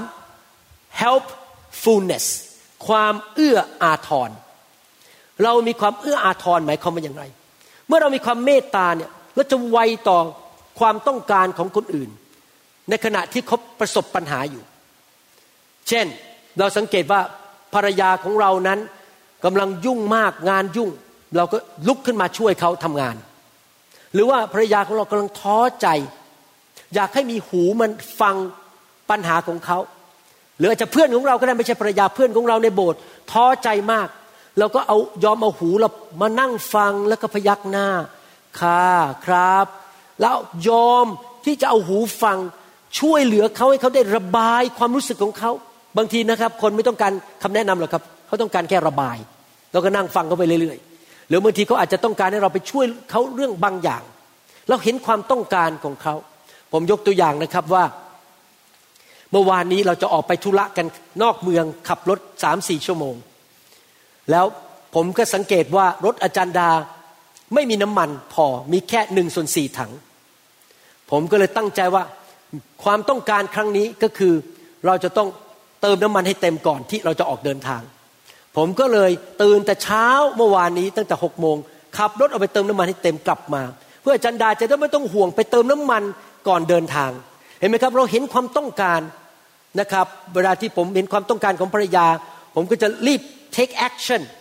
3 helpfulness ความเอื้ออาทรเรามีความเอื้ออาทรหมายความว่าอย่างไรเมื่อเรามีความเมตตาเนี่ยเราจะไวต่อความต้องการของคนอื่นในขณะที่เขาประสบปัญหาอยู่เช่นเราสังเกตว่าภรรยาของเรานั้นกำลังยุ่งมากงานยุ่งเราก็ลุกขึ้นมาช่วยเขาทำงานหรือว่าภรรยาของเรากำลังท้อใจอยากให้มีหูมันฟังปัญหาของเขาหรืออาจจะเพื่อนของเราก็ได้ไม่ใช่ภรรยาเพื่อนของเราในโบสถ์ท้อใจมากเราก็ยอมเอาหูเรามานั่งฟังแล้วก็พยักหน้าค่ะครับแล้วยอมที่จะเอาหูฟังช่วยเหลือเขาให้เขาได้ระบายความรู้สึกของเขาบางทีนะครับคนไม่ต้องการคำแนะนำหรอกครับเขาต้องการแค่ระบายเราก็นั่งฟังเขาไปเรื่อยๆหรือบางทีเขาอาจจะต้องการให้เราไปช่วยเขาเรื่องบางอย่างเราเห็นความต้องการของเขาผมยกตัวอย่างนะครับว่าเมื่อวานนี้เราจะออกไปธุระกันนอกเมืองขับรถ 3-4 ชั่วโมงแล้วผมก็สังเกตว่ารถอาจารย์ดาไม่มีน้ำมันพอมีแค่1/4 ถังผมก็เลยตั้งใจว่าความต้องการครั้งนี้ก็คือเราจะต้องเติมน้ำมันให้เต็มก่อนที่เราจะออกเดินทางผมก็เลยตื่นแต่เช้าเมื่อวานนี้ตั้งแต่6 โมงขับรถเอาไปเติมน้ำมันให้เต็มกลับมาเพื่ออาจารย์ดาจะได้ไม่ต้องห่วงไปเติมน้ำมันก่อนเดินทางเห็นไหมครับเราเห็นความต้องการนะครับเวลาที่ผมเห็นความต้องการของภรรยาผมก็จะรีบ take action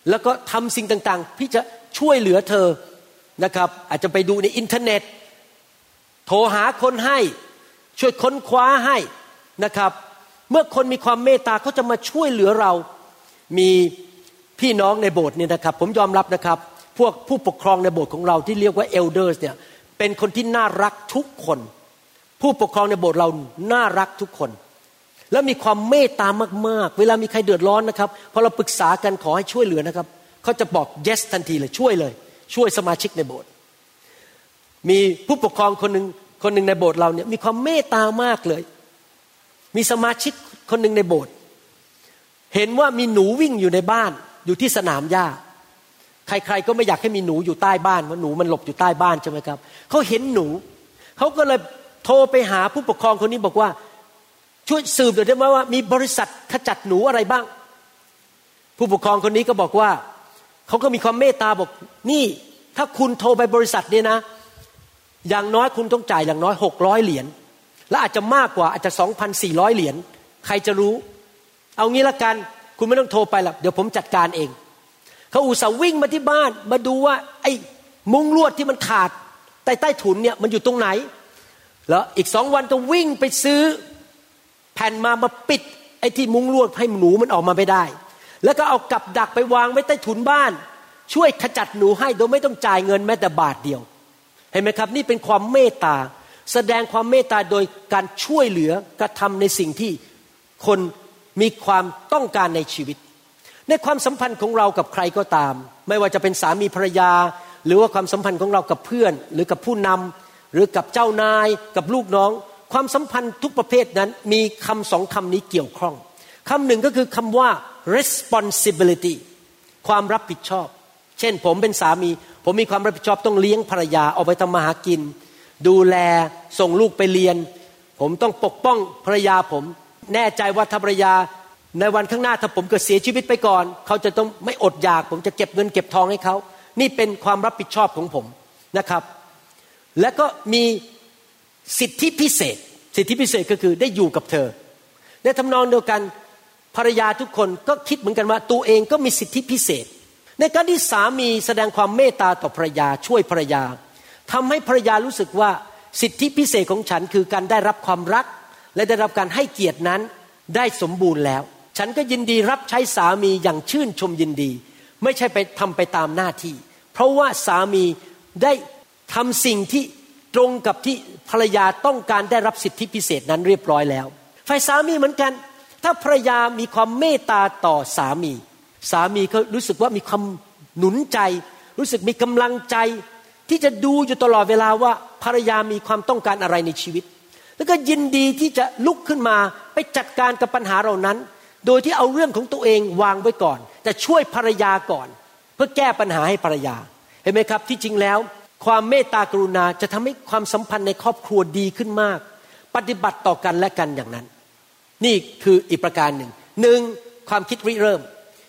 แล้วก็ทำสิ่งต่างๆที่จะช่วยเหลือเธอนะครับอาจจะไปดูในอินเทอร์เน็ตโทรหาคนให้ช่วยค้นคว้าให้นะครับเมื่อคนมีความเมตตาเขาจะมาช่วยเหลือเรามีพี่น้องในโบสถ์เนี่ยนะครับผมยอมรับนะครับพวกผู้ปกครองในโบสถ์ของเราที่เรียกว่าเอลเดอร์สเนี่ยเป็นคนที่น่ารักทุกคนผู้ปกครองในโบสถ์เราน่ารักทุกคนและมีความเมตตามากๆเวลามีใครเดือดร้อนนะครับพอเราปรึกษากันขอให้ช่วยเหลือนะครับเขาจะบอก yes ทันทีเลยช่วยสมาชิกในโบสถ์มีผู้ปกครองคนหนึ่งในโบสถ์เราเนี่ยมีความเมตตามากเลยมีสมาชิกคนหนึ่งในโบสถ์เห็นว่ามีหนูวิ่งอยู่ในบ้านอยู่ที่สนามหญ้าใครๆก็ไม่อยากให้มีหนูอยู่ใต้บ้านเพราะหนูมันหลบอยู่ใต้บ้านใช่ไหมครับเขาเห็นหนูเขาก็เลยโทรไปหาผู้ปกครองคนนี้บอกว่าช่วยสืบหน่อยได้ไหมว่ามีบริษัทขจัดหนูอะไรบ้างผู้ปกครองคนนี้ก็บอกว่าเขาก็มีความเมตตาบอกนี่ถ้าคุณโทรไปบริษัทนี้นะอย่างน้อยคุณต้องจ่ายอย่างน้อย600 เหรียญและอาจจะมากกว่าอาจจะ 2,400 เหรียญใครจะรู้เอางี้ละกันคุณไม่ต้องโทรไปหรอกเดี๋ยวผมจัดการเองเขาอุตส่าห์วิ่งมาที่บ้านมาดูว่าไอ้มุ้งลวดที่มันขาดใต้ถุนเนี่ยมันอยู่ตรงไหนแล้วอีก2 วันก็วิ่งไปซื้อแผ่นมาปิดไอ้ที่มุ้งลวดให้หนูมันออกมาไม่ได้แล้วก็เอากับดักไปวางไว้ใต้ถุนบ้านช่วยขจัดหนูให้โดยไม่ต้องจ่ายเงินแม้แต่บาทเดียวเห็นไหมครับนี่เป็นความเมตตาแสดงความเมตตาโดยการช่วยเหลือกระทำในสิ่งที่คนมีความต้องการในชีวิตในความสัมพันธ์ของเรากับใครก็ตามไม่ว่าจะเป็นสามีภรรยาหรือว่าความสัมพันธ์ของเรากับเพื่อนหรือกับผู้นำหรือกับเจ้านายกับลูกน้องความสัมพันธ์ทุกประเภทนั้นมีคำ2 คำนี้เกี่ยวข้องคำหนึ่งก็คือคำว่า responsibility ความรับผิดชอบเช่นผมเป็นสามีผมมีความรับผิดชอบต้องเลี้ยงภรรยาออกไปทำมาหากินดูแลส่งลูกไปเรียนผมต้องปกป้องภรรยาผมแน่ใจว่าถ้าภรรยาในวันข้างหน้าถ้าผมเกิดเสียชีวิตไปก่อนเขาจะต้องไม่อดอยากผมจะเก็บเงินเก็บทองให้เขานี่เป็นความรับผิดชอบของผมนะครับและก็มีสิทธิพิเศษก็คือได้อยู่กับเธอในทำนองเดียวกันภรรยาทุกคนก็คิดเหมือนกันว่าตัวเองก็มีสิทธิพิเศษในการที่สามีแสดงความเมตตาต่อภรรยาช่วยภรรยาทำให้ภรรยารู้สึกว่าสิทธิพิเศษของฉันคือการได้รับความรักและได้รับการให้เกียรตินั้นได้สมบูรณ์แล้วฉันก็ยินดีรับใช้สามีอย่างชื่นชมยินดีไม่ใช่ไปทำไปตามหน้าที่เพราะว่าสามีได้ทำสิ่งที่ตรงกับที่ภรรยาต้องการได้รับสิทธิพิเศษนั้นเรียบร้อยแล้วฝ่ายสามีเหมือนกันถ้าภรรยามีความเมตตาต่อสามีเขารู้สึกว่ามีความหนุนใจรู้สึกมีกำลังใจที่จะดูอยู่ตลอดเวลาว่าภรรยามีความต้องการอะไรในชีวิตแล้วก็ยินดีที่จะลุกขึ้นมาไปจัดการกับปัญหาเหล่านั้นโดยที่เอาเรื่องของตัวเองวางไว้ก่อนแต่ช่วยภรรยาก่อนเพื่อแก้ปัญหาให้ภรรยาเห็นไหมครับที่จริงแล้วความเมตตากรุณาจะทำให้ความสัมพันธ์ในครอบครัวดีขึ้นมากปฏิบัติต่อกันและกันอย่างนั้นนี่คืออีกประการหนึ่งความคิดริเริ่ม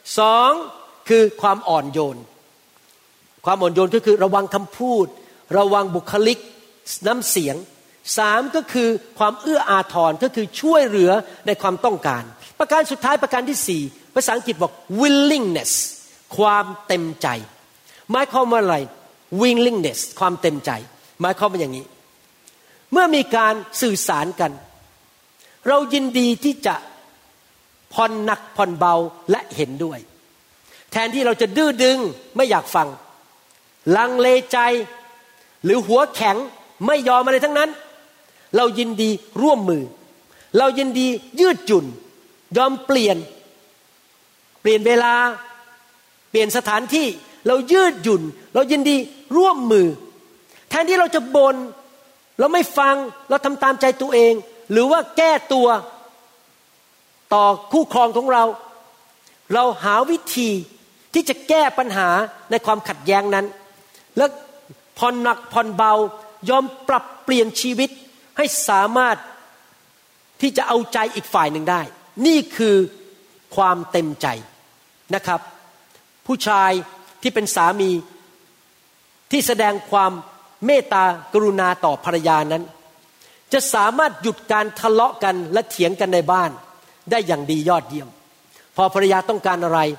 2คือความอ่อนโยนความอ่อนโยนก็คือระวังคำพูดระวังบุคลิกน้ำเสียง3ก็คือความเอื้ออาทรก็คือช่วยเหลือในความต้องการประการสุดท้ายประการที่4ภาษาอังกฤษบอก willingness ความเต็มใจหมายความว่าอะไร willingness ความเต็มใจหมายความว่าอย่างนี้เมื่อมีการสื่อสารกันเรายินดีที่จะผ่อนหนักผ่อนเบาและเห็นด้วยแทนที่เราจะดื้อดึงไม่อยากฟังลังเลใจหรือหัวแข็งไม่ยอมอะไรทั้งนั้นเรายินดีร่วมมือเรายินดียืดหยุ่นยอมเปลี่ยนเวลาเปลี่ยนสถานที่เรายืดหยุ่นเรายินดีร่วมมือแทนที่เราจะบ่นเราไม่ฟังเราทำตามใจตัวเองหรือว่าแก้ตัวต่อคู่ครองของเราหาวิธีที่จะแก้ปัญหาในความขัดแย้งนั้นและผ่อนหนักผ่อนเบายอมปรับเปลี่ยนชีวิตให้สามารถที่จะเอาใจอีกฝ่ายหนึ่งได้นี่คือความเต็มใจนะครับผู้ชายที่เป็นสามีที่แสดงความเมตตากรุณาต่อภรรยานั้นจะสามารถหยุดการทะเลาะกันและเถียงกันในบ้านได้อย่างดียอดเยี่ยมพอภรรยาต้องการอะไร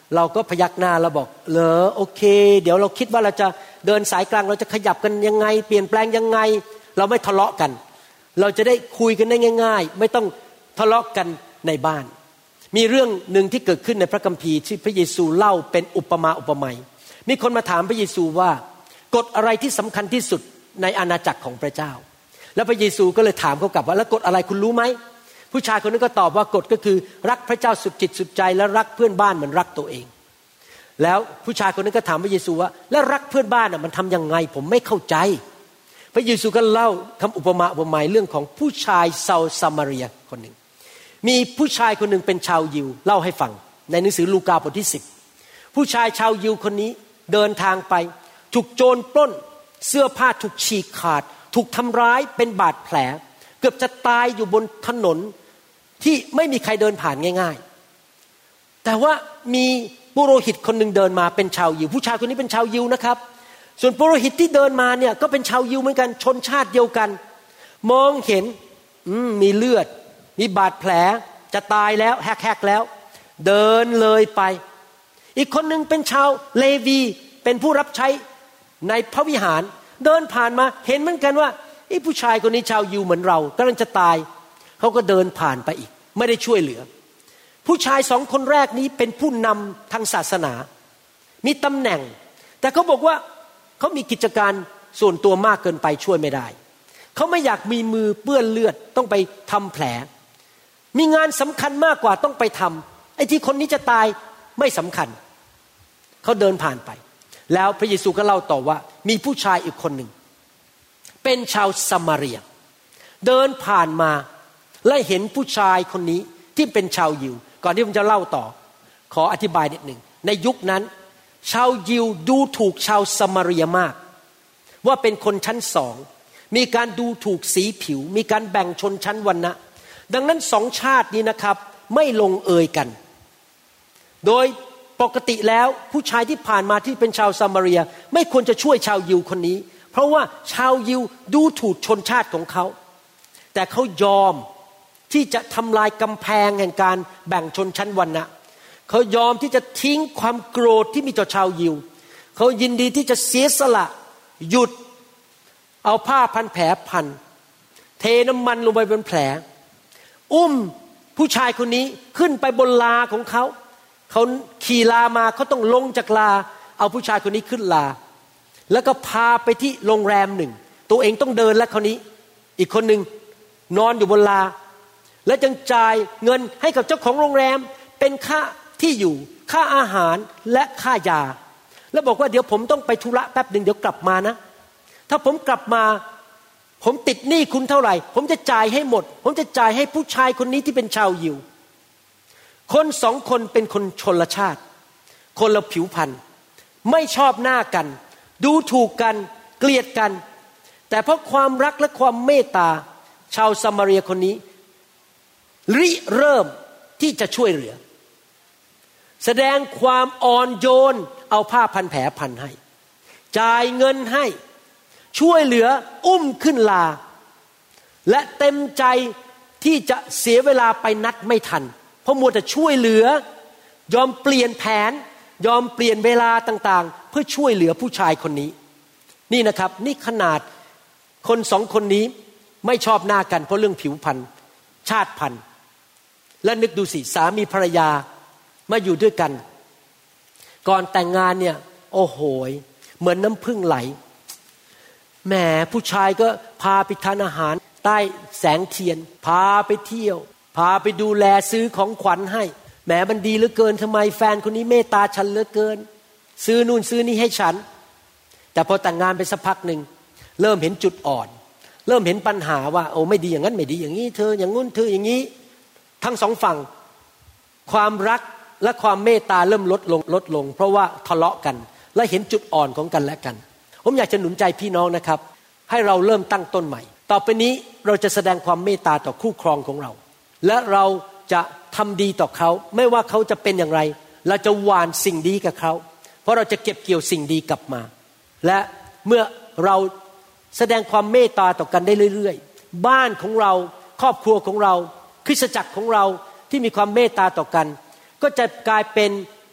เราก็พยักหน้าแล้วบอกเหรอโอเคเดี๋ยวเราคิดว่าเราจะเดินสายกลางเราจะขยับกันยังไงเปลี่ยนแปลงยังไงเราไม่ทะเลาะกันเราจะได้คุยกันได้ง่ายๆไม่ต้องทะเลาะกันในบ้านมีเรื่องหนึ่งที่เกิดขึ้นในพระคัมภีร์ที่พระเยซูเล่าเป็นอุปมาอุปไมยมีคนมาถามพระเยซูว่ากฎอะไรที่สำคัญที่สุดในอาณาจักรของพระเจ้าแล้วพระเยซูก็เลยถามเขากลับว่าแล้วกฎอะไรคุณรู้ไหมผู้ชายคนนั้นก็ตอบว่ากฎก็คือรักพระเจ้าสุดจิตสุดใจและรักเพื่อนบ้านเหมือนรักตัวเองแล้วผู้ชายคนนั้นก็ถามพระเยซูว่าแล้วรักเพื่อนบ้านมันทำยังไงผมไม่เข้าใจพระเยซูก็เล่าคำอุปมาอุปไมยเรื่องของผู้ชายชาวซามาเรียคนหนึ่งมีผู้ชายคนหนึ่งเป็นชาวยิวเล่าให้ฟังในหนังสือลูกาบทที่10ผู้ชายชาวยิวคนนี้เดินทางไปถูกโจรปล้นเสื้อผ้าถูกฉีกขาดถูกทำร้ายเป็นบาดแผลเกือบจะตายอยู่บนถนนที่ไม่มีใครเดินผ่านง่ายๆแต่ว่ามีปุโรหิตคนหนึ่งเดินมาเป็นชาวยิวผู้ชายคนนี้เป็นชาวยิวนะครับส่วนปุโรหิตที่เดินมาเนี่ยก็เป็นชาวยิวเหมือนกันชนชาติเดียวกันมองเห็นมีเลือดมีบาดแผลจะตายแล้วแหกแล้วเดินเลยไปอีกคนหนึ่งเป็นชาวเลวีเป็นผู้รับใช้ในพระวิหารเดินผ่านมาเห็นเหมือนกันว่าผู้ชายคนนี้ชาวยิวเหมือนเรากำลังจะตายเขาก็เดินผ่านไปอีกไม่ได้ช่วยเหลือผู้ชาย2คนแรกนี้เป็นผู้นำทางศาสนามีตำแหน่งแต่เขาบอกว่าเขามีกิจการส่วนตัวมากเกินไปช่วยไม่ได้เขาไม่อยากมีมือเปื้อนเลือดต้องไปทำแผลมีงานสำคัญมากกว่าต้องไปทำไอ้ที่คนนี้จะตายไม่สำคัญเขาเดินผ่านไปแล้วพระเยซูก็เล่าต่อว่ามีผู้ชายอีกคนหนึ่งเป็นชาวซามาเรียเดินผ่านมาและเห็นผู้ชายคนนี้ที่เป็นชาวยิวก่อนที่ผมจะเล่าต่อขออธิบายนิดหนึ่งในยุคนั้นชาวยิวดูถูกชาวซามาเรียมากว่าเป็นคนชั้นสองมีการดูถูกสีผิวมีการแบ่งชนชั้นวรรณะดังนั้นสองชาตินี้นะครับไม่ลงเอยกันโดยปกติแล้วผู้ชายที่ผ่านมาที่เป็นชาวซามาเรียไม่ควรจะช่วยชาวยิวคนนี้เพราะว่าชาวยิวดูถูกชนชาติของเขาแต่เขายอมที่จะทำลายกำแพงแห่งการแบ่งชนชั้นวรรณะเขายอมที่จะทิ้งความโกรธที่มีต่อชาวยิวเขายินดีที่จะเสียสละหยุดเอาผ้าพันแผลพันเทน้ำมันลงไปบนแผลอุ้มผู้ชายคนนี้ขึ้นไปบนลาของเขาขี่ลามาเขาต้องลงจากลาเอาผู้ชายคนนี้ขึ้นลาแล้วก็พาไปที่โรงแรมหนึ่งตัวเองต้องเดินแล้วคนนี้อีกคนหนึ่งนอนอยู่บนลาและจึงจ่ายเงินให้กับเจ้าของโรงแรมเป็นค่าที่อยู่ค่าอาหารและค่ายาแล้วบอกว่าเดี๋ยวผมต้องไปธุระแป๊บนึงเดี๋ยวกลับมานะถ้าผมกลับมาผมติดหนี้คุณเท่าไหร่ผมจะจ่ายให้หมดผมจะจ่ายให้ผู้ชายคนนี้ที่เป็นชาวยิวคนสองคนเป็นคนชนละชาติคนละผิวพรรณไม่ชอบหน้ากันดูถูกกันเกลียดกันแต่เพราะความรักและความเมตตาชาวซามาเรียคนนี้ริเริ่มที่จะช่วยเหลือแสดงความอ่อนโยนเอาผ้าพันแผลพันให้จ่ายเงินให้ช่วยเหลืออุ้มขึ้นลาและเต็มใจที่จะเสียเวลาไปนัดไม่ทันเพราะมัวแต่ช่วยเหลือยอมเปลี่ยนแผนยอมเปลี่ยนเวลาต่างๆเพื่อช่วยเหลือผู้ชายคนนี้นี่นะครับนี่ขนาดคนสองคนนี้ไม่ชอบหน้ากันเพราะเรื่องผิวพรรณชาติพันธุ์และนึกดูสิสามีภรรยามาอยู่ด้วยกันก่อนแต่งงานเนี่ยโอ้โหเหมือนน้ำพึ่งไหลแหมผู้ชายก็พาไปทานอาหารใต้แสงเทียนพาไปเที่ยวพาไปดูแลซื้อของขวัญให้แหมมันดีเหลือเกินทำไมแฟนคนนี้เมตตาฉันเหลือเกินซื้อนู่นซื้อนี่ให้ฉันแต่พอแต่งงานไปสักพักนึงเริ่มเห็นจุดอ่อนเริ่มเห็นปัญหาว่าโอ้ไม่ดีอย่างนั้นไม่ดีอย่างนี้เธออย่างงู้นเธออย่างนี้ทั้งสองฝั่งความรักและความเมตตาเริ่มลดลงเพราะว่าทะเลาะกันและเห็นจุดอ่อนของกันและกันผมอยากจะหนุนใจพี่น้องนะครับให้เราเริ่มตั้งต้นใหม่ต่อไปนี้เราจะแสดงความเมตตาต่อคู่ครองของเราและเราจะทำดีต่อเขาไม่ว่าเขาจะเป็นอย่างไรเราจะหว่านสิ่งดีกับเขาเพราะเราจะเก็บเกี่ยวสิ่งดีกลับมาและเมื่อเราแสดงความเมตตาต่อกันได้เรื่อยๆบ้านของเราครอบครัวของเราคริสตจักรของเราที่มีความเมตตาต่อกันก็จะกลายเป็น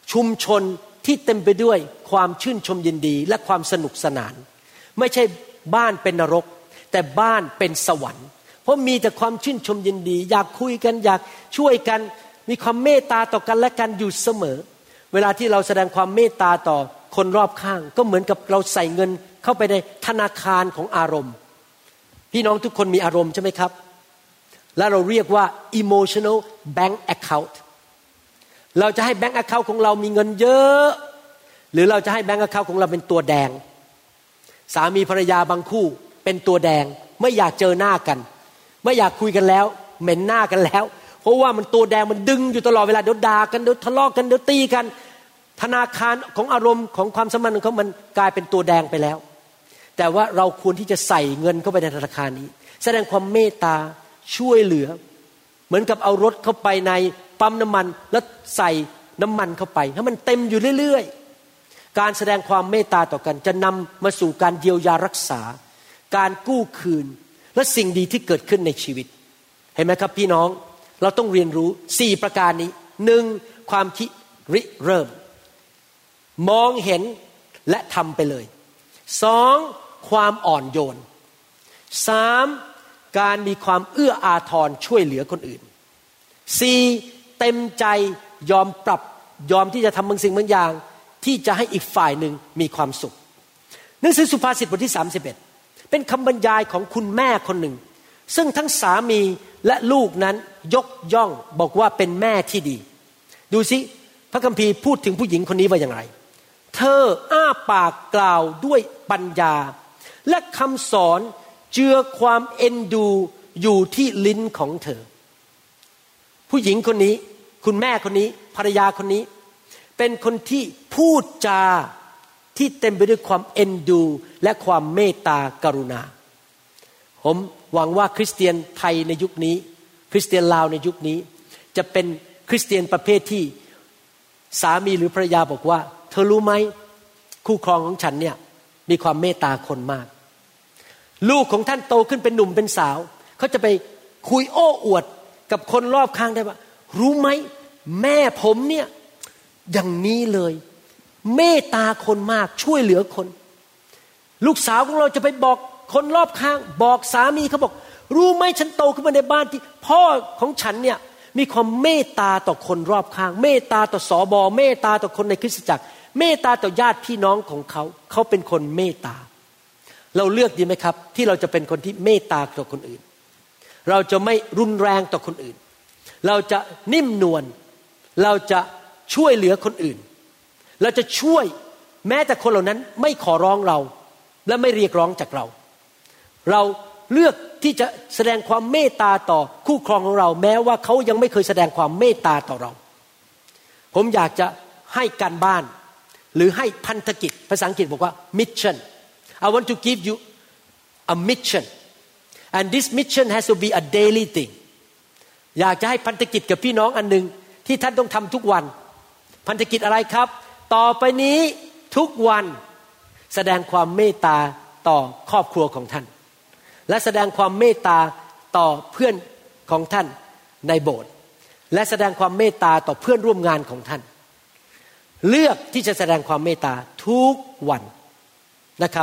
ชุมชนที่เต็มไปด้วยความชื่นชมยินดีและความสนุกสนานไม่ใช่บ้านเป็นนรกแต่บ้านเป็นสวรรค์เพราะมีแต่ความชื่นชมยินดีอยากคุยกันอยากช่วยกันมีความเมตตาต่อกันและกันอยู่เสมอเวลาที่เราแสดงความเมตตาต่อคนรอบข้างก็เหมือนกับเราใส่เงินเข้าไปในธนาคารของอารมณ์พี่น้องทุกคนมีอารมณ์ใช่ไหมครับและเราเรียกว่า emotional bank account เราจะให้ bank account ของเรามีเงินเยอะหรือเราจะให้ bank account ของเราเป็นตัวแดงสามีภรรยาบางคู่เป็นตัวแดงไม่อยากเจอหน้ากันไม่อยากคุยกันแล้วเหม็นหน้ากันแล้วเพราะว่ามันตัวแดงมันดึงอยู่ตลอดเวลาเดี๋ยวด่ากันเดี๋ยวทะเลาะกันเดี๋ยวตีกันธนาคารของอารมณ์ของความสัมพันธ์ของเขามันกลายเป็นตัวแดงไปแล้วแต่ว่าเราควรที่จะใส่เงินเข้าไปในธนาคารนี้แสดงความเมตตาช่วยเหลือเหมือนกับเอารถเข้าไปในปั๊มน้ำมันแล้วใส่น้ำมันเข้าไปให้มันเต็มอยู่เรื่อยๆการแสดงความเมตตาต่อกันจะนำมาสู่การเยียวยารักษาการกู้คืนและสิ่งดีที่เกิดขึ้นในชีวิตเห็นไหมครับพี่น้องเราต้องเรียนรู้4ประการนี้1ความคิดริเริ่มมองเห็นและทำไปเลย2ความอ่อนโยน3การมีความเอื้ออาทรช่วยเหลือคนอื่น4เต็มใจยอมปรับยอมที่จะทำบางสิ่งบางอย่างที่จะให้อีกฝ่ายหนึ่งมีความสุขหนังสือสุภาษิตบทที่31เป็นคำบรรยายของคุณแม่คนหนึ่งซึ่งทั้งสามีและลูกนั้นยกย่องบอกว่าเป็นแม่ที่ดีดูสิพระคัมภีร์พูดถึงผู้หญิงคนนี้ว่าอย่างไรเธออ้าปากกล่าวด้วยปัญญาและคำสอนเจือความเอ็นดูอยู่ที่ลิ้นของเธอผู้หญิงคนนี้คุณแม่คนนี้ภรรยาคนนี้เป็นคนที่พูดจาที่เต็มไปด้วยความเอ็นดูและความเมตตากรุณาผมหวังว่าคริสเตียนไทยในยุคนี้คริสเตียนลาวในยุคนี้จะเป็นคริสเตียนประเภทที่สามีหรือภรรยาบอกว่าเธอรู้ไหมคู่ครองของฉันเนี่ยมีความเมตตาคนมากลูกของท่านโตขึ้นเป็นหนุ่มเป็นสาวเขาจะไปคุยโอ้อวดกับคนรอบข้างได้ว่ารู้ไหมแม่ผมเนี่ยอย่างนี้เลยเมตตาคนมากช่วยเหลือคนลูกสาวของเราจะไปบอกคนรอบข้างบอกสามีเขาบอกรู้ไหมฉันโตขึ้นมาในบ้านที่พ่อของฉันเนี่ยมีความเมตตาต่อคนรอบข้างเมตตาต่อสบเมตตาต่อคนในคริสตจักรเมตตาต่อญาติพี่น้องของเขาเขาเป็นคนเมตตาเราเลือกดีไหมครับที่เราจะเป็นคนที่เมตตาต่อคนอื่นเราจะไม่รุนแรงต่อคนอื่นเราจะนิ่มนวลเราจะช่วยเหลือคนอื่นเราจะช่วยแม้แต่คนเหล่านั้นไม่ขอร้องเราและไม่เรียกร้องจากเราเราเลือกที่จะแสดงความเมตตาต่อคู่ครองของเราแม้ว่าเขายังไม่เคยแสดงความเมตตาต่อเราผมอยากจะให้การบ้านหรือให้พันธกิจภาษาอังกฤษบอกว่า mission I want to give you a mission and this mission has to be a daily thing อยากจะให้พันธกิจกับพี่น้องอันนึงที่ท่านต้องทำทุกวันพันธกิจอะไรครับต่อไปนี้ทุกวันแสดงความเมตตาต่อครอบครัวของท่านและแสดงความเมตตาต่อเพื่อนของท่านในโบสถ์และแสดงความเมตตาต่อเพื่อนร่วมงานของท่านเลือกที่จะแสดงความเมตตาทุกวันนะครับ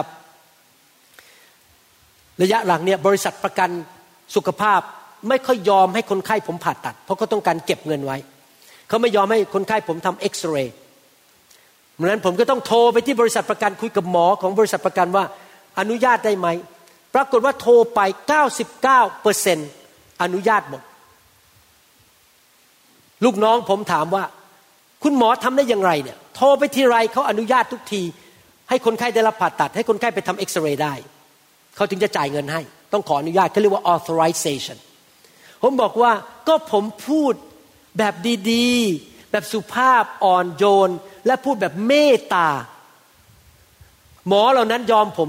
ระยะหลังเนี่ยบริษัทประกันสุขภาพไม่ค่อยยอมให้คนไข้ผมผ่าตัดเพราะเขาต้องการเก็บเงินไว้เขาไม่ยอมให้คนไข้ผมทำเอ็กซเรย์เพราะฉะนั้นผมก็ต้องโทรไปที่บริษัทประกันคุยกับหมอของบริษัทประกันว่าอนุญาตได้ไหมปรากฏว่าโทรไป 99% อนุญาตหมดลูกน้องผมถามว่าคุณหมอทำได้อย่างไรเนี่ยโทรไปทีไรเขาอนุญาตทุกทีให้คนไข้ได้รับผ่าตัดให้คนไข้ไปทำเอ็กซเรย์ได้เขาถึงจะจ่ายเงินให้ต้องขออนุญาตเขาเรียกว่า authorization ผมบอกว่าก็ผมพูดแบบดีๆแบบสุภาพอ่อนโยนและพูดแบบเมตตาหมอเหล่านั้นยอมผม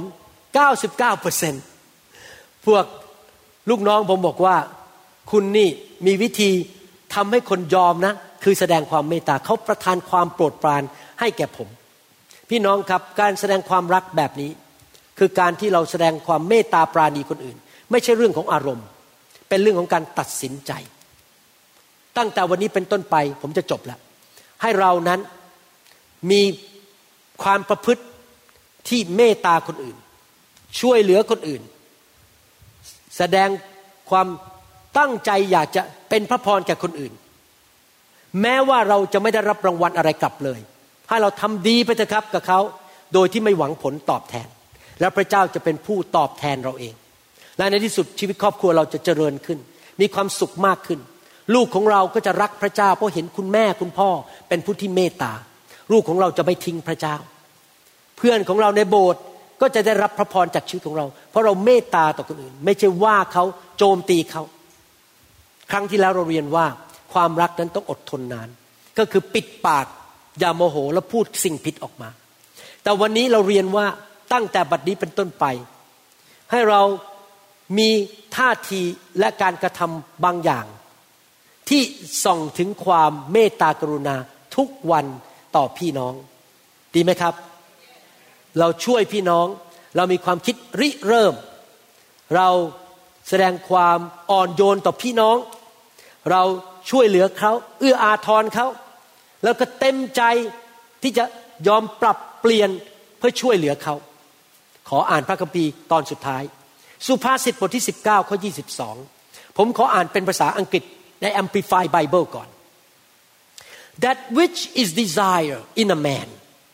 99% พวกลูกน้องผมบอกว่าคุณนี่มีวิธีทำให้คนยอมนะคือแสดงความเมตตาเขาประทานความโปรดปรานให้แก่ผมพี่น้องครับการแสดงความรักแบบนี้คือการที่เราแสดงความเมตตาปราณีคนอื่นไม่ใช่เรื่องของอารมณ์เป็นเรื่องของการตัดสินใจตั้งแต่วันนี้เป็นต้นไปผมจะจบแล้วให้เรานั้นมีความประพฤติที่เมตตาคนอื่นช่วยเหลือคนอื่นแสดงความตั้งใจอยากจะเป็นพระพรแก่คนอื่นแม้ว่าเราจะไม่ได้รับรางวัลอะไรกลับเลยให้เราทำดีไปเถอะครับกับเขาโดยที่ไม่หวังผลตอบแทนแล้วพระเจ้าจะเป็นผู้ตอบแทนเราเองและในที่สุดชีวิตครอบครัวเราจะเจริญขึ้นมีความสุขมากขึ้นลูกของเราก็จะรักพระเจ้าเพราะเห็นคุณแม่คุณพ่อเป็นผู้ที่เมตตาลูกของเราจะไม่ทิ้งพระเจ้าเพื่อนของเราในโบสถ์ก็จะได้รับพระพรจากชีวิตของเราเพราะเราเมตตาต่อคนอื่นไม่ใช่ว่าเขาโจมตีเขาครั้งที่แล้วเราเรียนว่าความรักนั้นต้องอดทนนานก็คือปิดปากอย่าโมโหและพูดสิ่งผิดออกมาแต่วันนี้เราเรียนว่าตั้งแต่บัดนี้เป็นต้นไปให้เรามีท่าทีและการกระทำบางอย่างที่ส่องถึงความเมตตากรุณาทุกวันต่อพี่น้องดีไหมครับเราช่วยพี่น้องเรามีความคิดริเริ่มเราแสดงความอ่อนโยนต่อพี่น้องเราช่วยเหลือเขาเอื้ออาทรเขาแล้วก็เต็มใจที่จะยอมปรับเปลี่ยนเพื่อช่วยเหลือเขาขออ่านพระคัมภีร์ตอนสุดท้ายสุภาษิตบทที่19ข้อ22ผมขออ่านเป็นภาษาอังกฤษใน Amplified Bible ก่อน That which is desire in a man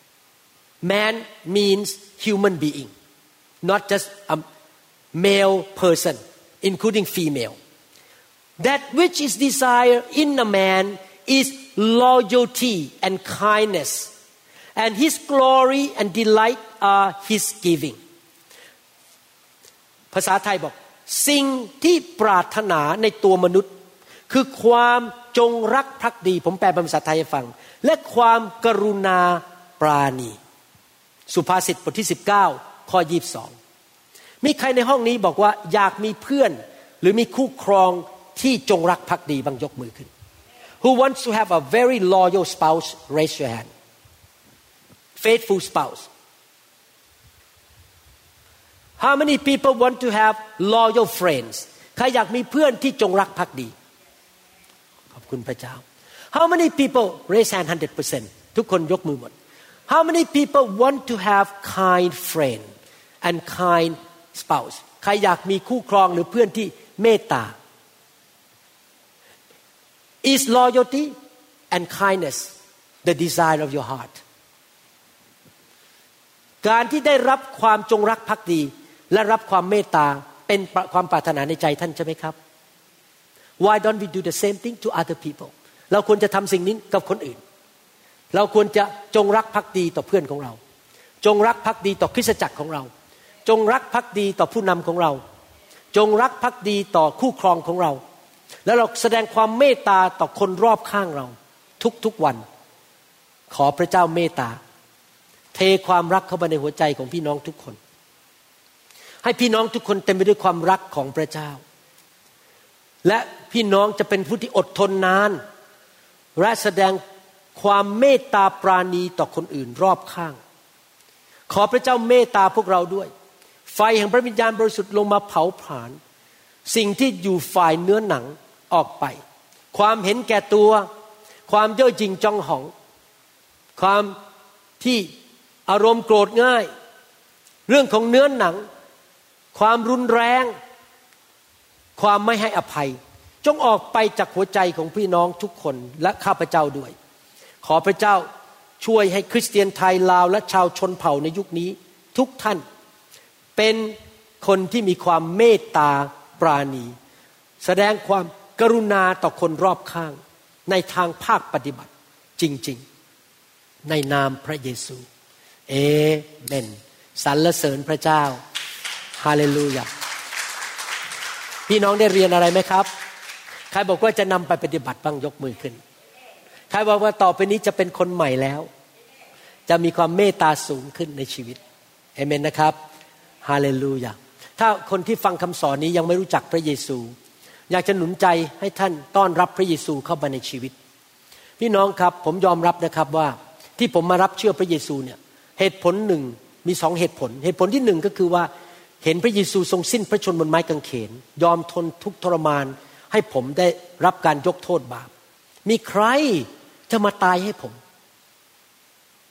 means human being not just a male person including female That which is desire in a man is loyalty and kindness and his glory and delight are his giving ภาษาไทยบอกสิ่งที่ปรารถนาในตัวมนุษย์คือความจงรักภักดีผมแปลเป็นภาษาไทยให้ฟังและความกรุณาปราณีสุภาษิตบทที่19ข้อ22มีใครในห้องนี้บอกว่าอยากมีเพื่อนหรือมีคู่ครองที่จงรักภักดีบ้างยกมือขึ้น Who wants to have a very loyal spouse raise your hand Faithful spouse How many people want to have loyal friends ใครอยากมีเพื่อนที่จงรักภักดีขอบคุณพระเจ้า How many people raise hand 100% ทุกคนยกมือหมด How many people want to have kind friend and kind spouse ใครอยากมีคู่ครองหรือเพื่อนที่เมตตาIs loyalty and kindness the desire of your heart การที่ได้รับความจงรักภักดีและรับความเมตตาเป็นความปรารถนาในใจท่านใช่ไหมครับ Why don't we do the same thing to other people เราควรจะทำสิ่งนี้กับคนอื่นเราควรจะจงรักภักดีต่อเพื่อนของเราจงรักภักดีต่อคริสตจักรของเราจงรักภักดีต่อผู้นำของเราจงรักภักดีต่อคู่ครองของเราแล้วเราแสดงความเมตตาต่อคนรอบข้างเราทุกๆวันขอพระเจ้าเมตตาเทความรักเข้าไปในหัวใจของพี่น้องทุกคนให้พี่น้องทุกคนเต็มไปด้วยความรักของพระเจ้าและพี่น้องจะเป็นผู้ที่อดทนนานและแสดงความเมตตาปราณีต่อคนอื่นรอบข้างขอพระเจ้าเมตตาพวกเราด้วยไฟแห่งพระวิญญาณบริสุทธิ์ลงมาเผาผลาญสิ่งที่อยู่ฝ่ายเนื้อหนังออกไปความเห็นแก่ตัวความเย่อหยิ่งจองหองความที่อารมณ์โกรธง่ายเรื่องของเนื้อหนังความรุนแรงความไม่ให้อภัยจงออกไปจากหัวใจของพี่น้องทุกคนและข้าพเจ้าด้วยขอพระเจ้าช่วยให้คริสเตียนไทยลาวและชาวชนเผ่าในยุคนี้ทุกท่านเป็นคนที่มีความเมตตาปราณีแสดงความกรุณาต่อคนรอบข้างในทางภาคปฏิบัติจริงๆในนามพระเยซูเอเมนสรรเสริญพระเจ้าฮาเลลูยาพี่น้องได้เรียนอะไรไหมครับใครบอกว่าจะนำไปปฏิบัติบ้างยกมือขึ้นใครบอกว่าต่อไปนี้จะเป็นคนใหม่แล้วจะมีความเมตตาสูงขึ้นในชีวิตเอเมนนะครับฮาเลลูยาถ้าคนที่ฟังคำสอนนี้ยังไม่รู้จักพระเยซูอยากจะหนุนใจให้ท่านต้อนรับพระเยซูเข้ามาในชีวิตพี่น้องครับผมยอมรับนะครับว่าที่ผมมารับเชื่อพระเยซูเนี่ยเหตุผลหนึ่งมี2เหตุผลที่1ก็คือว่าเห็นพระเยซูทรงสิ้นพระชนม์บนไม้กางเขนยอมทนทุกข์ทรมานให้ผมได้รับการยกโทษบาปมีใครจะมาตายให้ผม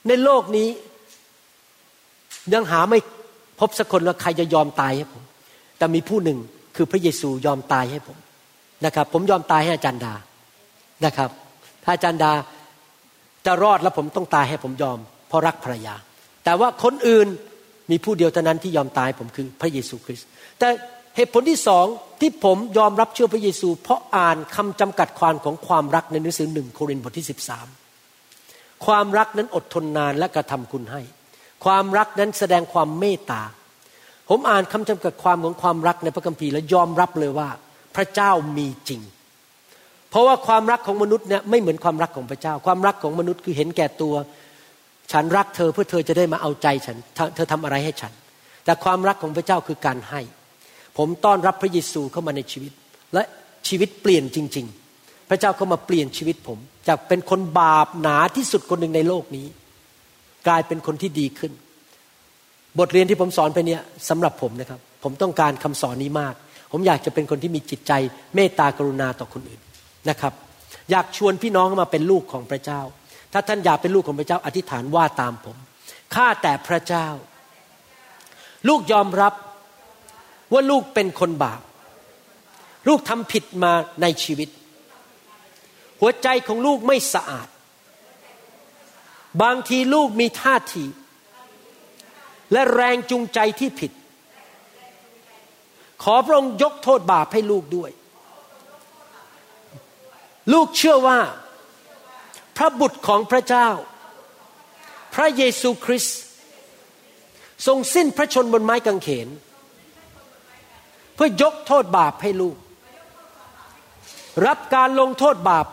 ในโลกนี้ยังหาไม่พบสักคนว่าใครจะยอมตายให้ผมแต่มีผู้หนึ่งคือพระเยซูยอมตายให้ผมนะครับผมยอมตายให้อาจารย์ดานะครับถ้าอาจารย์ดาจะรอดแล้วผมต้องตายให้ผมยอมเพราะรักภรรยาแต่ว่าคนอื่นมีผู้เดียวเท่านั้นที่ยอมตายผมคือพระเยซูคริสต์แต่เหตุผลที่สองที่ผมยอมรับเชื่อพระเยซูเพราะอ่านคำจำกัดความของความรักในหนังสือ1 โครินธ์บทที่13ความรักนั้นอดทนนานและกระทำคุณให้ความรักนั้นแสดงความเมตตาผมอ่านคำจำกัดความของความรักในพระคัมภีร์และยอมรับเลยว่าพระเจ้ามีจริงเพราะว่าความรักของมนุษย์เนี่ยไม่เหมือนความรักของพระเจ้าความรักของมนุษย์คือเห็นแก่ตัวฉันรักเธอเพื่อเธอจะได้มาเอาใจฉันเธอทำอะไรให้ฉันแต่ความรักของพระเจ้าคือการให้ผมต้อนรับพระเยซูเข้ามาในชีวิตและชีวิตเปลี่ยนจริงๆพระเจ้าเข้ามาเปลี่ยนชีวิตผมจากเป็นคนบาปหนาที่สุดคนหนึ่งในโลกนี้กลายเป็นคนที่ดีขึ้นบทเรียนที่ผมสอนไปเนี่ยสำหรับผมนะครับผมต้องการคำสอนนี้มากผมอยากจะเป็นคนที่มีจิตใจเมตตากรุณาต่อคนอื่นนะครับอยากชวนพี่น้องมาเป็นลูกของพระเจ้าถ้าท่านอยากเป็นลูกของพระเจ้าอธิษฐานว่าตามผมข้าแต่พระเจ้าลูกยอมรับว่าลูกเป็นคนบาปลูกทำผิดมาในชีวิตหัวใจของลูกไม่สะอาดบางทีลูกมีท่าทีและแรงจูงใจที่ผิดขอพระองค์ยกโทษบาปให้ลูกด้วยลูกเชื่อว่าพระบุตรของพระเจ้าพระเยซูคริสต์ทรงสิ้นพระชนม์บนไม้กางเขนเพื่อยกโทษบาปให้ลูกรับการลงโทษบาป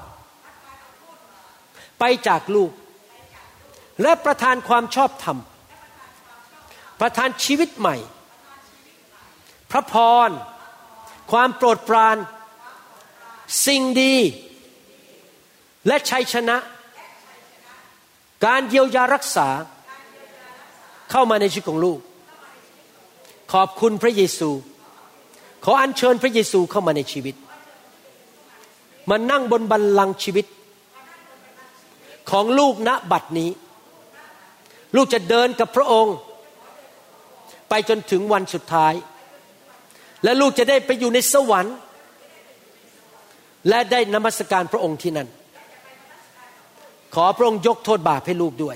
ไปจากลูกและประทานความชอบธรรมประทานชีวิตใหม่พระพรความโปรดปรานสิ่งดีและชัยชนะการเยียวยารักษาเข้ามาในชีวิตของลูกขอบคุณพระเยซูขออัญเชิญพระเยซูเข้ามาในชีวิตมานั่งบนบัลลังก์ชีวิตของลูกณบัดนี้ลูกจะเดินกับพระองค์ไปจนถึงวันสุดท้ายและลูกจะได้ไปอยู่ในสวรรค์และได้นมัสการพระองค์ที่นั่นขอพระองค์ยกโทษบาปให้ลูกด้วย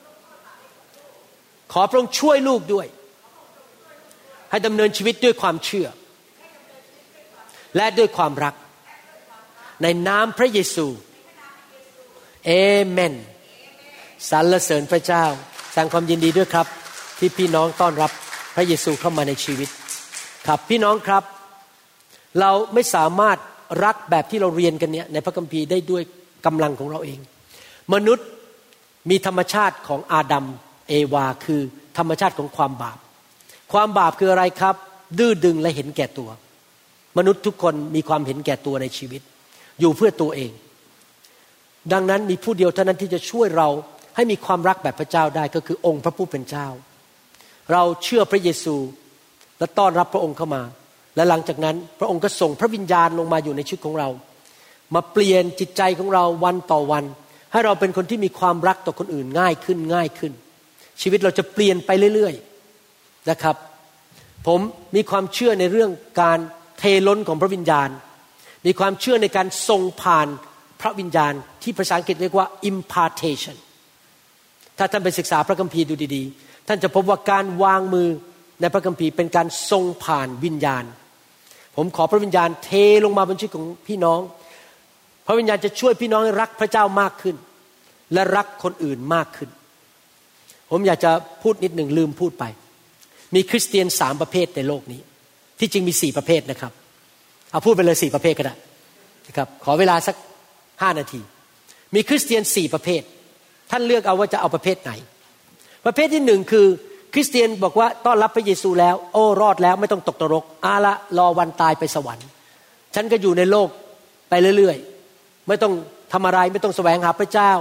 ขอพระองค์ช่วยลูกด้วยให้ดำเนินชีวิตด้วยความเชื่อและด้วยความรักในนามพระเยซูเอเมนสรรเสริญพระเจ้าแสดงความยินดีด้วยครับที่พี่น้องต้อนรับพระเยซูเข้ามาในชีวิตครับพี่น้องครับเราไม่สามารถรักแบบที่เราเรียนกันเนี่ยในพระคัมภีร์ได้ด้วยกำลังของเราเองมนุษย์มีธรรมชาติของอาดัมเอวาคือธรรมชาติของความบาปความบาปคืออะไรครับดื้อดึงและเห็นแก่ตัวมนุษย์ทุกคนมีความเห็นแก่ตัวในชีวิตอยู่เพื่อตัวเองดังนั้นมีผู้เดียวเท่านั้นที่จะช่วยเราให้มีความรักแบบพระเจ้าได้ก็คือองค์พระผู้เป็นเจ้าเราเชื่อพระเยซูและต้อนรับพระองค์เข้ามาและหลังจากนั้นพระองค์ก็ส่งพระวิญญาณลงมาอยู่ในชีวิตของเรามาเปลี่ยนจิตใจของเราวันต่อวันให้เราเป็นคนที่มีความรักต่อคนอื่นง่ายขึ้นชีวิตเราจะเปลี่ยนไปเรื่อยๆนะครับผมมีความเชื่อในเรื่องการเทล้นของพระวิญญาณมีความเชื่อในการส่งผ่านพระวิญญาณที่ภาษาอังกฤษเรียกว่า impartation ถ้าท่านไปศึกษาพระคัมภีร์ดูดีๆท่านจะพบว่าการวางมือในพระคัมภีร์เป็นการส่งผ่านวิญญาณผมขอพระวิญญาณเทลงมาบนชีวิตของพี่น้องพระวิญญาณจะช่วยพี่น้องให้รักพระเจ้ามากขึ้นและรักคนอื่นมากขึ้นผมอยากจะพูดนิดหนึ่งลืมพูดไปมีคริสเตียน3ประเภทในโลกนี้ที่จริงมี4ประเภทนะครับเอาพูดไปเลย4ประเภทก็ได้นะครับขอเวลาสัก5นาทีมีคริสเตียน4ประเภทท่านเลือกเอาว่าจะเอาประเภทไหนประเภทที่1คือคริสเตียนบอกว่าต้อนรับพระเยซูแล้วโอ้รอดแล้วไม่ต้องตกนรกละรอวันตายไปสวรรค์ฉันก็อยู่ในโลกไปเรื่อยๆไม่ต้องทำอะไรไม่ต้องแสวงหาพระเจ้า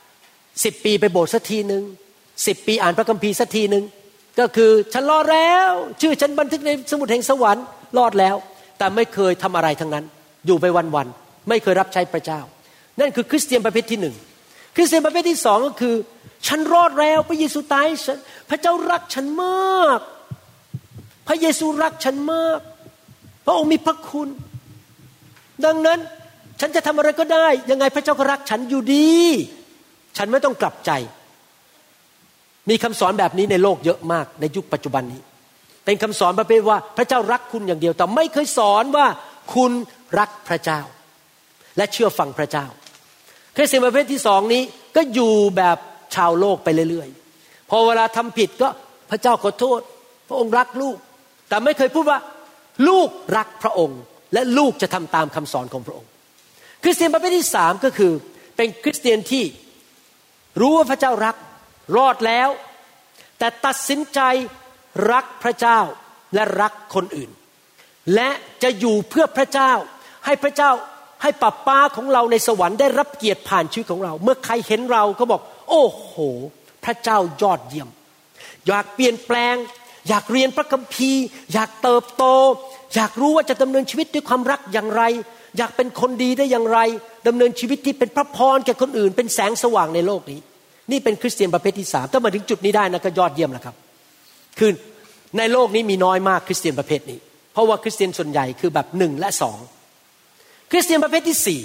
10 ปีไปโบสถ์สักทีนึง10 ปีอ่านพระคัมภีร์สักทีนึงก็คือฉันรอดแล้วชื่อฉันบันทึกในสมุดแห่งสวรรค์รอดแล้วแต่ไม่เคยทำอะไรทั้งนั้นอยู่ไปวันๆไม่เคยรับใช้พระเจ้านั่นคือคริสเตียนประเภทที่1 คริสเตียนประเภทที่สองก็คือฉันรอดแล้วพระเยซูตายให้ฉันพระเจ้ารักฉันมากพระเยซูรักฉันมากพระองค์มีพระคุณดังนั้นฉันจะทำอะไรก็ได้ยังไงพระเจ้าก็รักฉันอยู่ดีฉันไม่ต้องกลับใจมีคำสอนแบบนี้ในโลกเยอะมากในยุคปัจจุบันนี้เป็นคำสอนประเภทว่าพระเจ้ารักคุณอย่างเดียวแต่ไม่เคยสอนว่าคุณรักพระเจ้าและเชื่อฟังพระเจ้าคริสเตียนประเภทที่สองนี้ก็อยู่แบบชาวโลกไปเรื่อยๆพอเวลาทำผิดก็พระเจ้าขอโทษพระองค์รักลูกแต่ไม่เคยพูดว่าลูกรักพระองค์และลูกจะทำตามคำสอนของพระองค์คริสเตียนประเภทที่สามก็คือเป็นคริสเตียนที่รู้ว่าพระเจ้ารักรอดแล้วแต่ตัดสินใจรักพระเจ้าและรักคนอื่นและจะอยู่เพื่อพระเจ้าให้พระเจ้าให้ป้าป้าของเราในสวรรค์ได้รับเกียรติผ่านชีวิตของเราเมื่อใครเห็นเราก็บอกโอ้โหพระเจ้ายอดเยี่ยมอยากเปลี่ยนแปลงอยากเรียนพระคัมภีร์อยากเติบโตอยากรู้ว่าจะดำเนินชีวิตด้วยความรักอย่างไรอยากเป็นคนดีได้อย่างไรดำเนินชีวิตที่เป็นพระพรแก่คนอื่นเป็นแสงสว่างในโลกนี้นี่เป็นคริสเตียนประเภทที่สามถ้ามาถึงจุดนี้ได้นะก็ยอดเยี่ยมแล้วครับคือในโลกนี้มีน้อยมากคริสเตียนประเภทนี้เพราะว่าคริสเตียนส่วนใหญ่คือแบบ1และ2คริสเตียนประเภทที่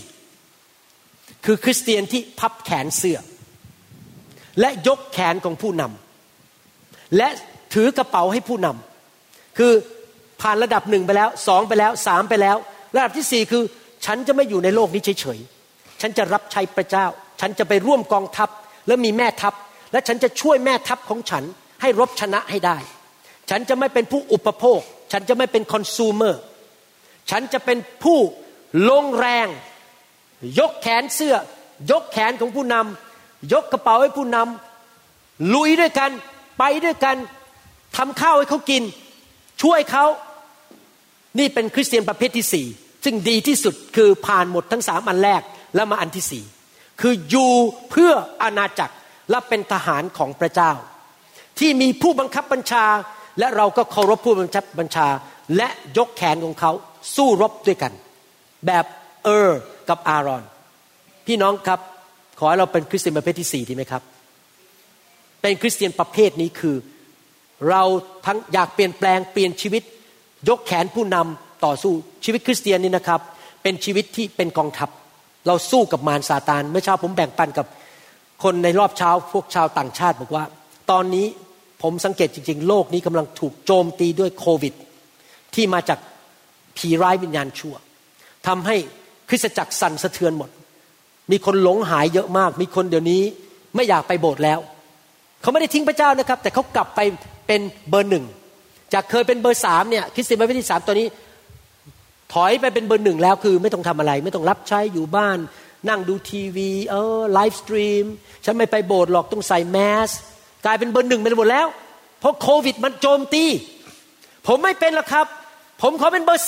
4คือคริสเตียนที่พับแขนเสื้อและยกแขนของผู้นำและถือกระเป๋าให้ผู้นำคือผ่านระดับ1ไปแล้ว2ไปแล้ว3ไปแล้วระดับที่4คือฉันจะไม่อยู่ในโลกนี้เฉยๆฉันจะรับใช้พระเจ้าฉันจะไปร่วมกองทัพและมีแม่ทัพและฉันจะช่วยแม่ทัพของฉันให้รบชนะให้ได้ฉันจะไม่เป็นผู้อุปโภคฉันจะไม่เป็นคอน sumer ฉันจะเป็นผู้ลงแรงยกแขนเสื้อยกแขนของผู้นำยกกระเป๋าให้ผู้นำลุยด้วยกันไปด้วยกันทำข้าวให้เขากินช่วยเขานี่เป็นคริสเตียนประเภทที่4ซึ่งดีที่สุดคือผ่านหมดทั้ง3อันแรกแล้วมาอันที่4คืออยู่เพื่ออาณาจักรและเป็นทหารของพระเจ้าที่มีผู้บังคับบัญชาและเราก็เคารพผู้บังคับบัญชาและยกแขนของเขาสู้รบด้วยกันแบบกับอารอนพี่น้องครับขอให้เราเป็นคริสเตียนประเภทที่4ดีไหมครับเป็นคริสเตียนประเภทนี้คือเราทั้งอยากเปลี่ยนแปลงเปลี่ยนชีวิตยกแขนผู้นำต่อสู้ชีวิตคริสเตียนนี่นะครับเป็นชีวิตที่เป็นกองทัพเราสู้กับมารซาตานเมื่อเช้าผมแบ่งปันกับคนในรอบเช้าพวกชาวต่างชาติบอกว่าตอนนี้ผมสังเกตจริงๆโลกนี้กำลังถูกโจมตีด้วยโควิดที่มาจากผีร้ายวิญญาณชั่วทำให้คริสตจักรสั่นสะเทือนหมดมีคนหลงหายเยอะมากมีคนเดี๋ยวนี้ไม่อยากไปโบสถ์แล้วเขาไม่ได้ทิ้งพระเจ้านะครับแต่เขากลับไปเป็นเบอร์1จากเคยเป็นเบอร์3เนี่ยคริสเตียนประเภทที่3ตัวนี้ถอยไปเป็นเบอร์1แล้วคือไม่ต้องทำอะไรไม่ต้องรับใช้อยู่บ้านนั่งดูทีวีไลฟ์สตรีมฉันไม่ไปโบสถ์หรอกต้องใส่แมสกลายเป็นเบอร์1ไปหมดแล้วเพราะโควิดมันโจมตีผมไม่เป็นหรอกครับผมขอเป็นเบอร์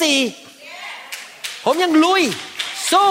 4ผมยังลุยสู้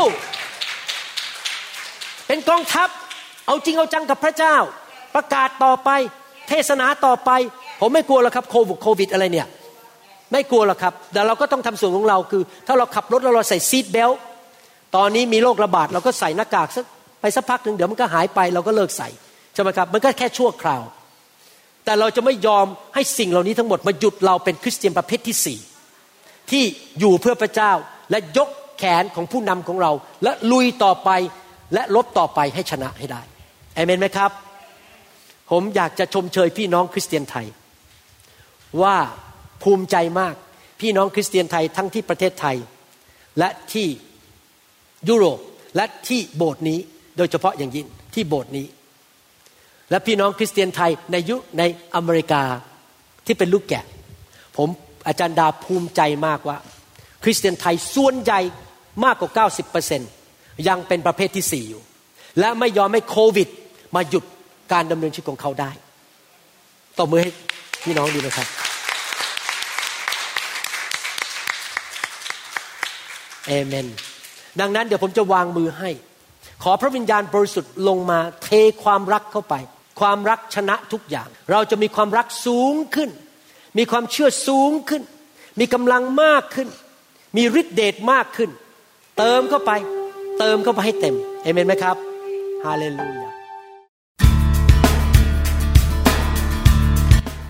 เป็นกองทัพเอาจริงเอาจังกับพระเจ้าประกาศต่อไปเทศนาต่อไปผมไม่กลัวหรอกครับโควิดอะไรเนี่ยไม่กลัวหรอกครับแต่เราก็ต้องทำส่วนของเราคือถ้าเราขับรถแล้วเราใส่ซีทเบลต์ตอนนี้มีโรคระบาดเราก็ใส่หน้ากากไปสักพักนึงเดี๋ยวมันก็หายไปเราก็เลิกใส่ใช่ไหมครับมันก็แค่ชั่วคราวแต่เราจะไม่ยอมให้สิ่งเหล่านี้ทั้งหมดมาหยุดเราเป็นคริสเตียนประเภทที่4ที่อยู่เพื่อพระเจ้าและยกแขนของผู้นำของเราและลุยต่อไปและรบต่อไปให้ชนะให้ได้อาเมนไหมครับผมอยากจะชมเชยพี่น้องคริสเตียนไทยว่าภูมิใจมากพี่น้องคริสเตียนไทยทั้งที่ประเทศไทยและที่ยุโรปและที่โบสถ์นี้โดยเฉพาะอย่างยิ่งที่โบสถ์นี้และพี่น้องคริสเตียนไทยในอเมริกาที่เป็นลูกแกะผมอาจารย์ดาภูมิใจมากว่าคริสเตียนไทยส่วนใหญ่มากกว่า 90% ยังเป็นประเภทที่4อยู่และไม่ยอมให้โควิดมาหยุดการดำเนินชีวิตของเขาได้ตบมือให้พี่น้องดีนะครับเอเมนดังนั้นเดี๋ยวผมจะวางมือให้ขอพระวิญญาณบริสุทธิ์ลงมาเทความรักเข้าไปความรักชนะทุกอย่างเราจะมีความรักสูงขึ้นมีความเชื่อสูงขึ้นมีกำลังมากขึ้นมีฤทธิ์เดชมากขึ้นเติมเข้าไปให้เต็มเอเมนไหมครับฮาเลลูยา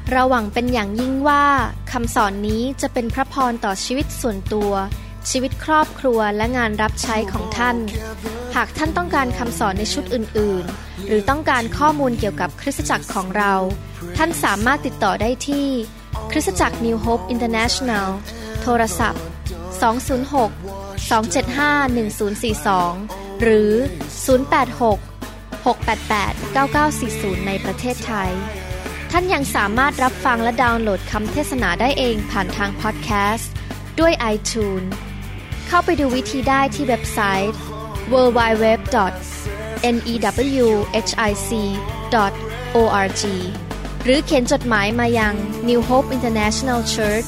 เราหวังเป็นอย่างยิ่งว่าคำสอนนี้จะเป็นพระพรต่อชีวิตส่วนตัวชีวิตครอบครัวและงานรับใช้ของท่านหากท่านต้องการคำสอนในชุดอื่นๆหรือต้องการข้อมูลเกี่ยวกับคริสตจักรของเราท่านสามารถติดต่อได้ที่คริสตจักร New Hope International โทรศัพท์206-275-1042หรือ086-688-9940ในประเทศไทยท่านยังสามารถรับฟังและดาวน์โหลดคำเทศนาได้เองผ่านทางพอดแคสต์ด้วย iTunes เข้าไปดูวิธีได้ที่เว็บไซต์ www.newhic.org หรือเขียนจดหมายมายัง New Hope International Church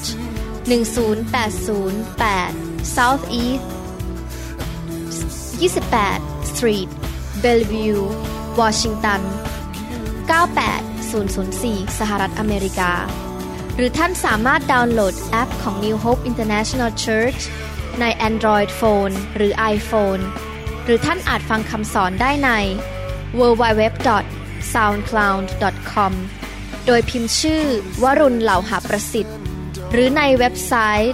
10808 South East 28 Street Bellevue Washington 98004 สหรัฐอเมริกาหรือท่านสามารถดาวน์โหลดแอปของ New Hope International Church ใน Android Phone หรือ iPhone หรือท่านอาจฟังคำสอนได้ใน www.soundcloud.com โดยพิมพ์ชื่อวรุณเหล่าหาประสิทธิ์หรือในเว็บไซต์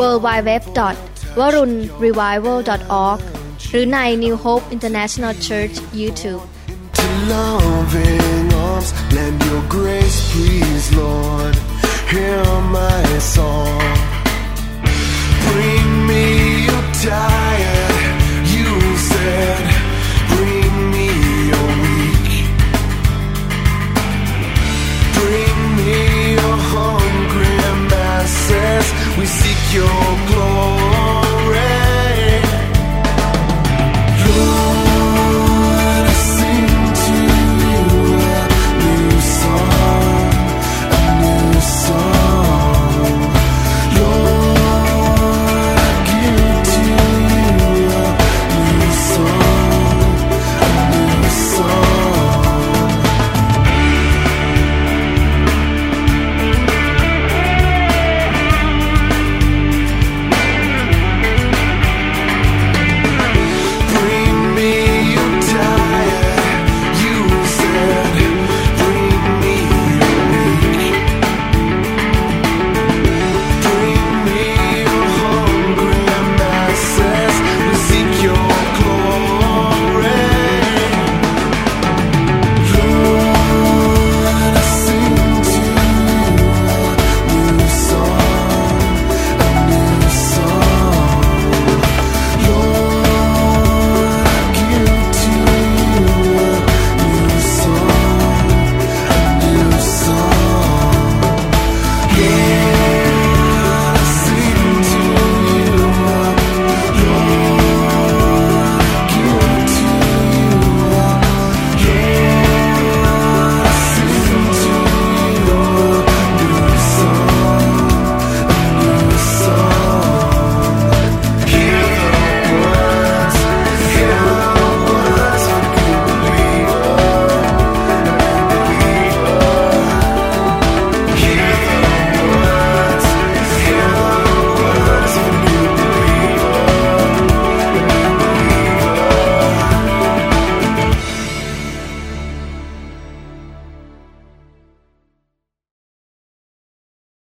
www.warunrevival.org หรือใน New Hope International Church YouTube To loving arms, lend your grace, please, Lord. Hear my song.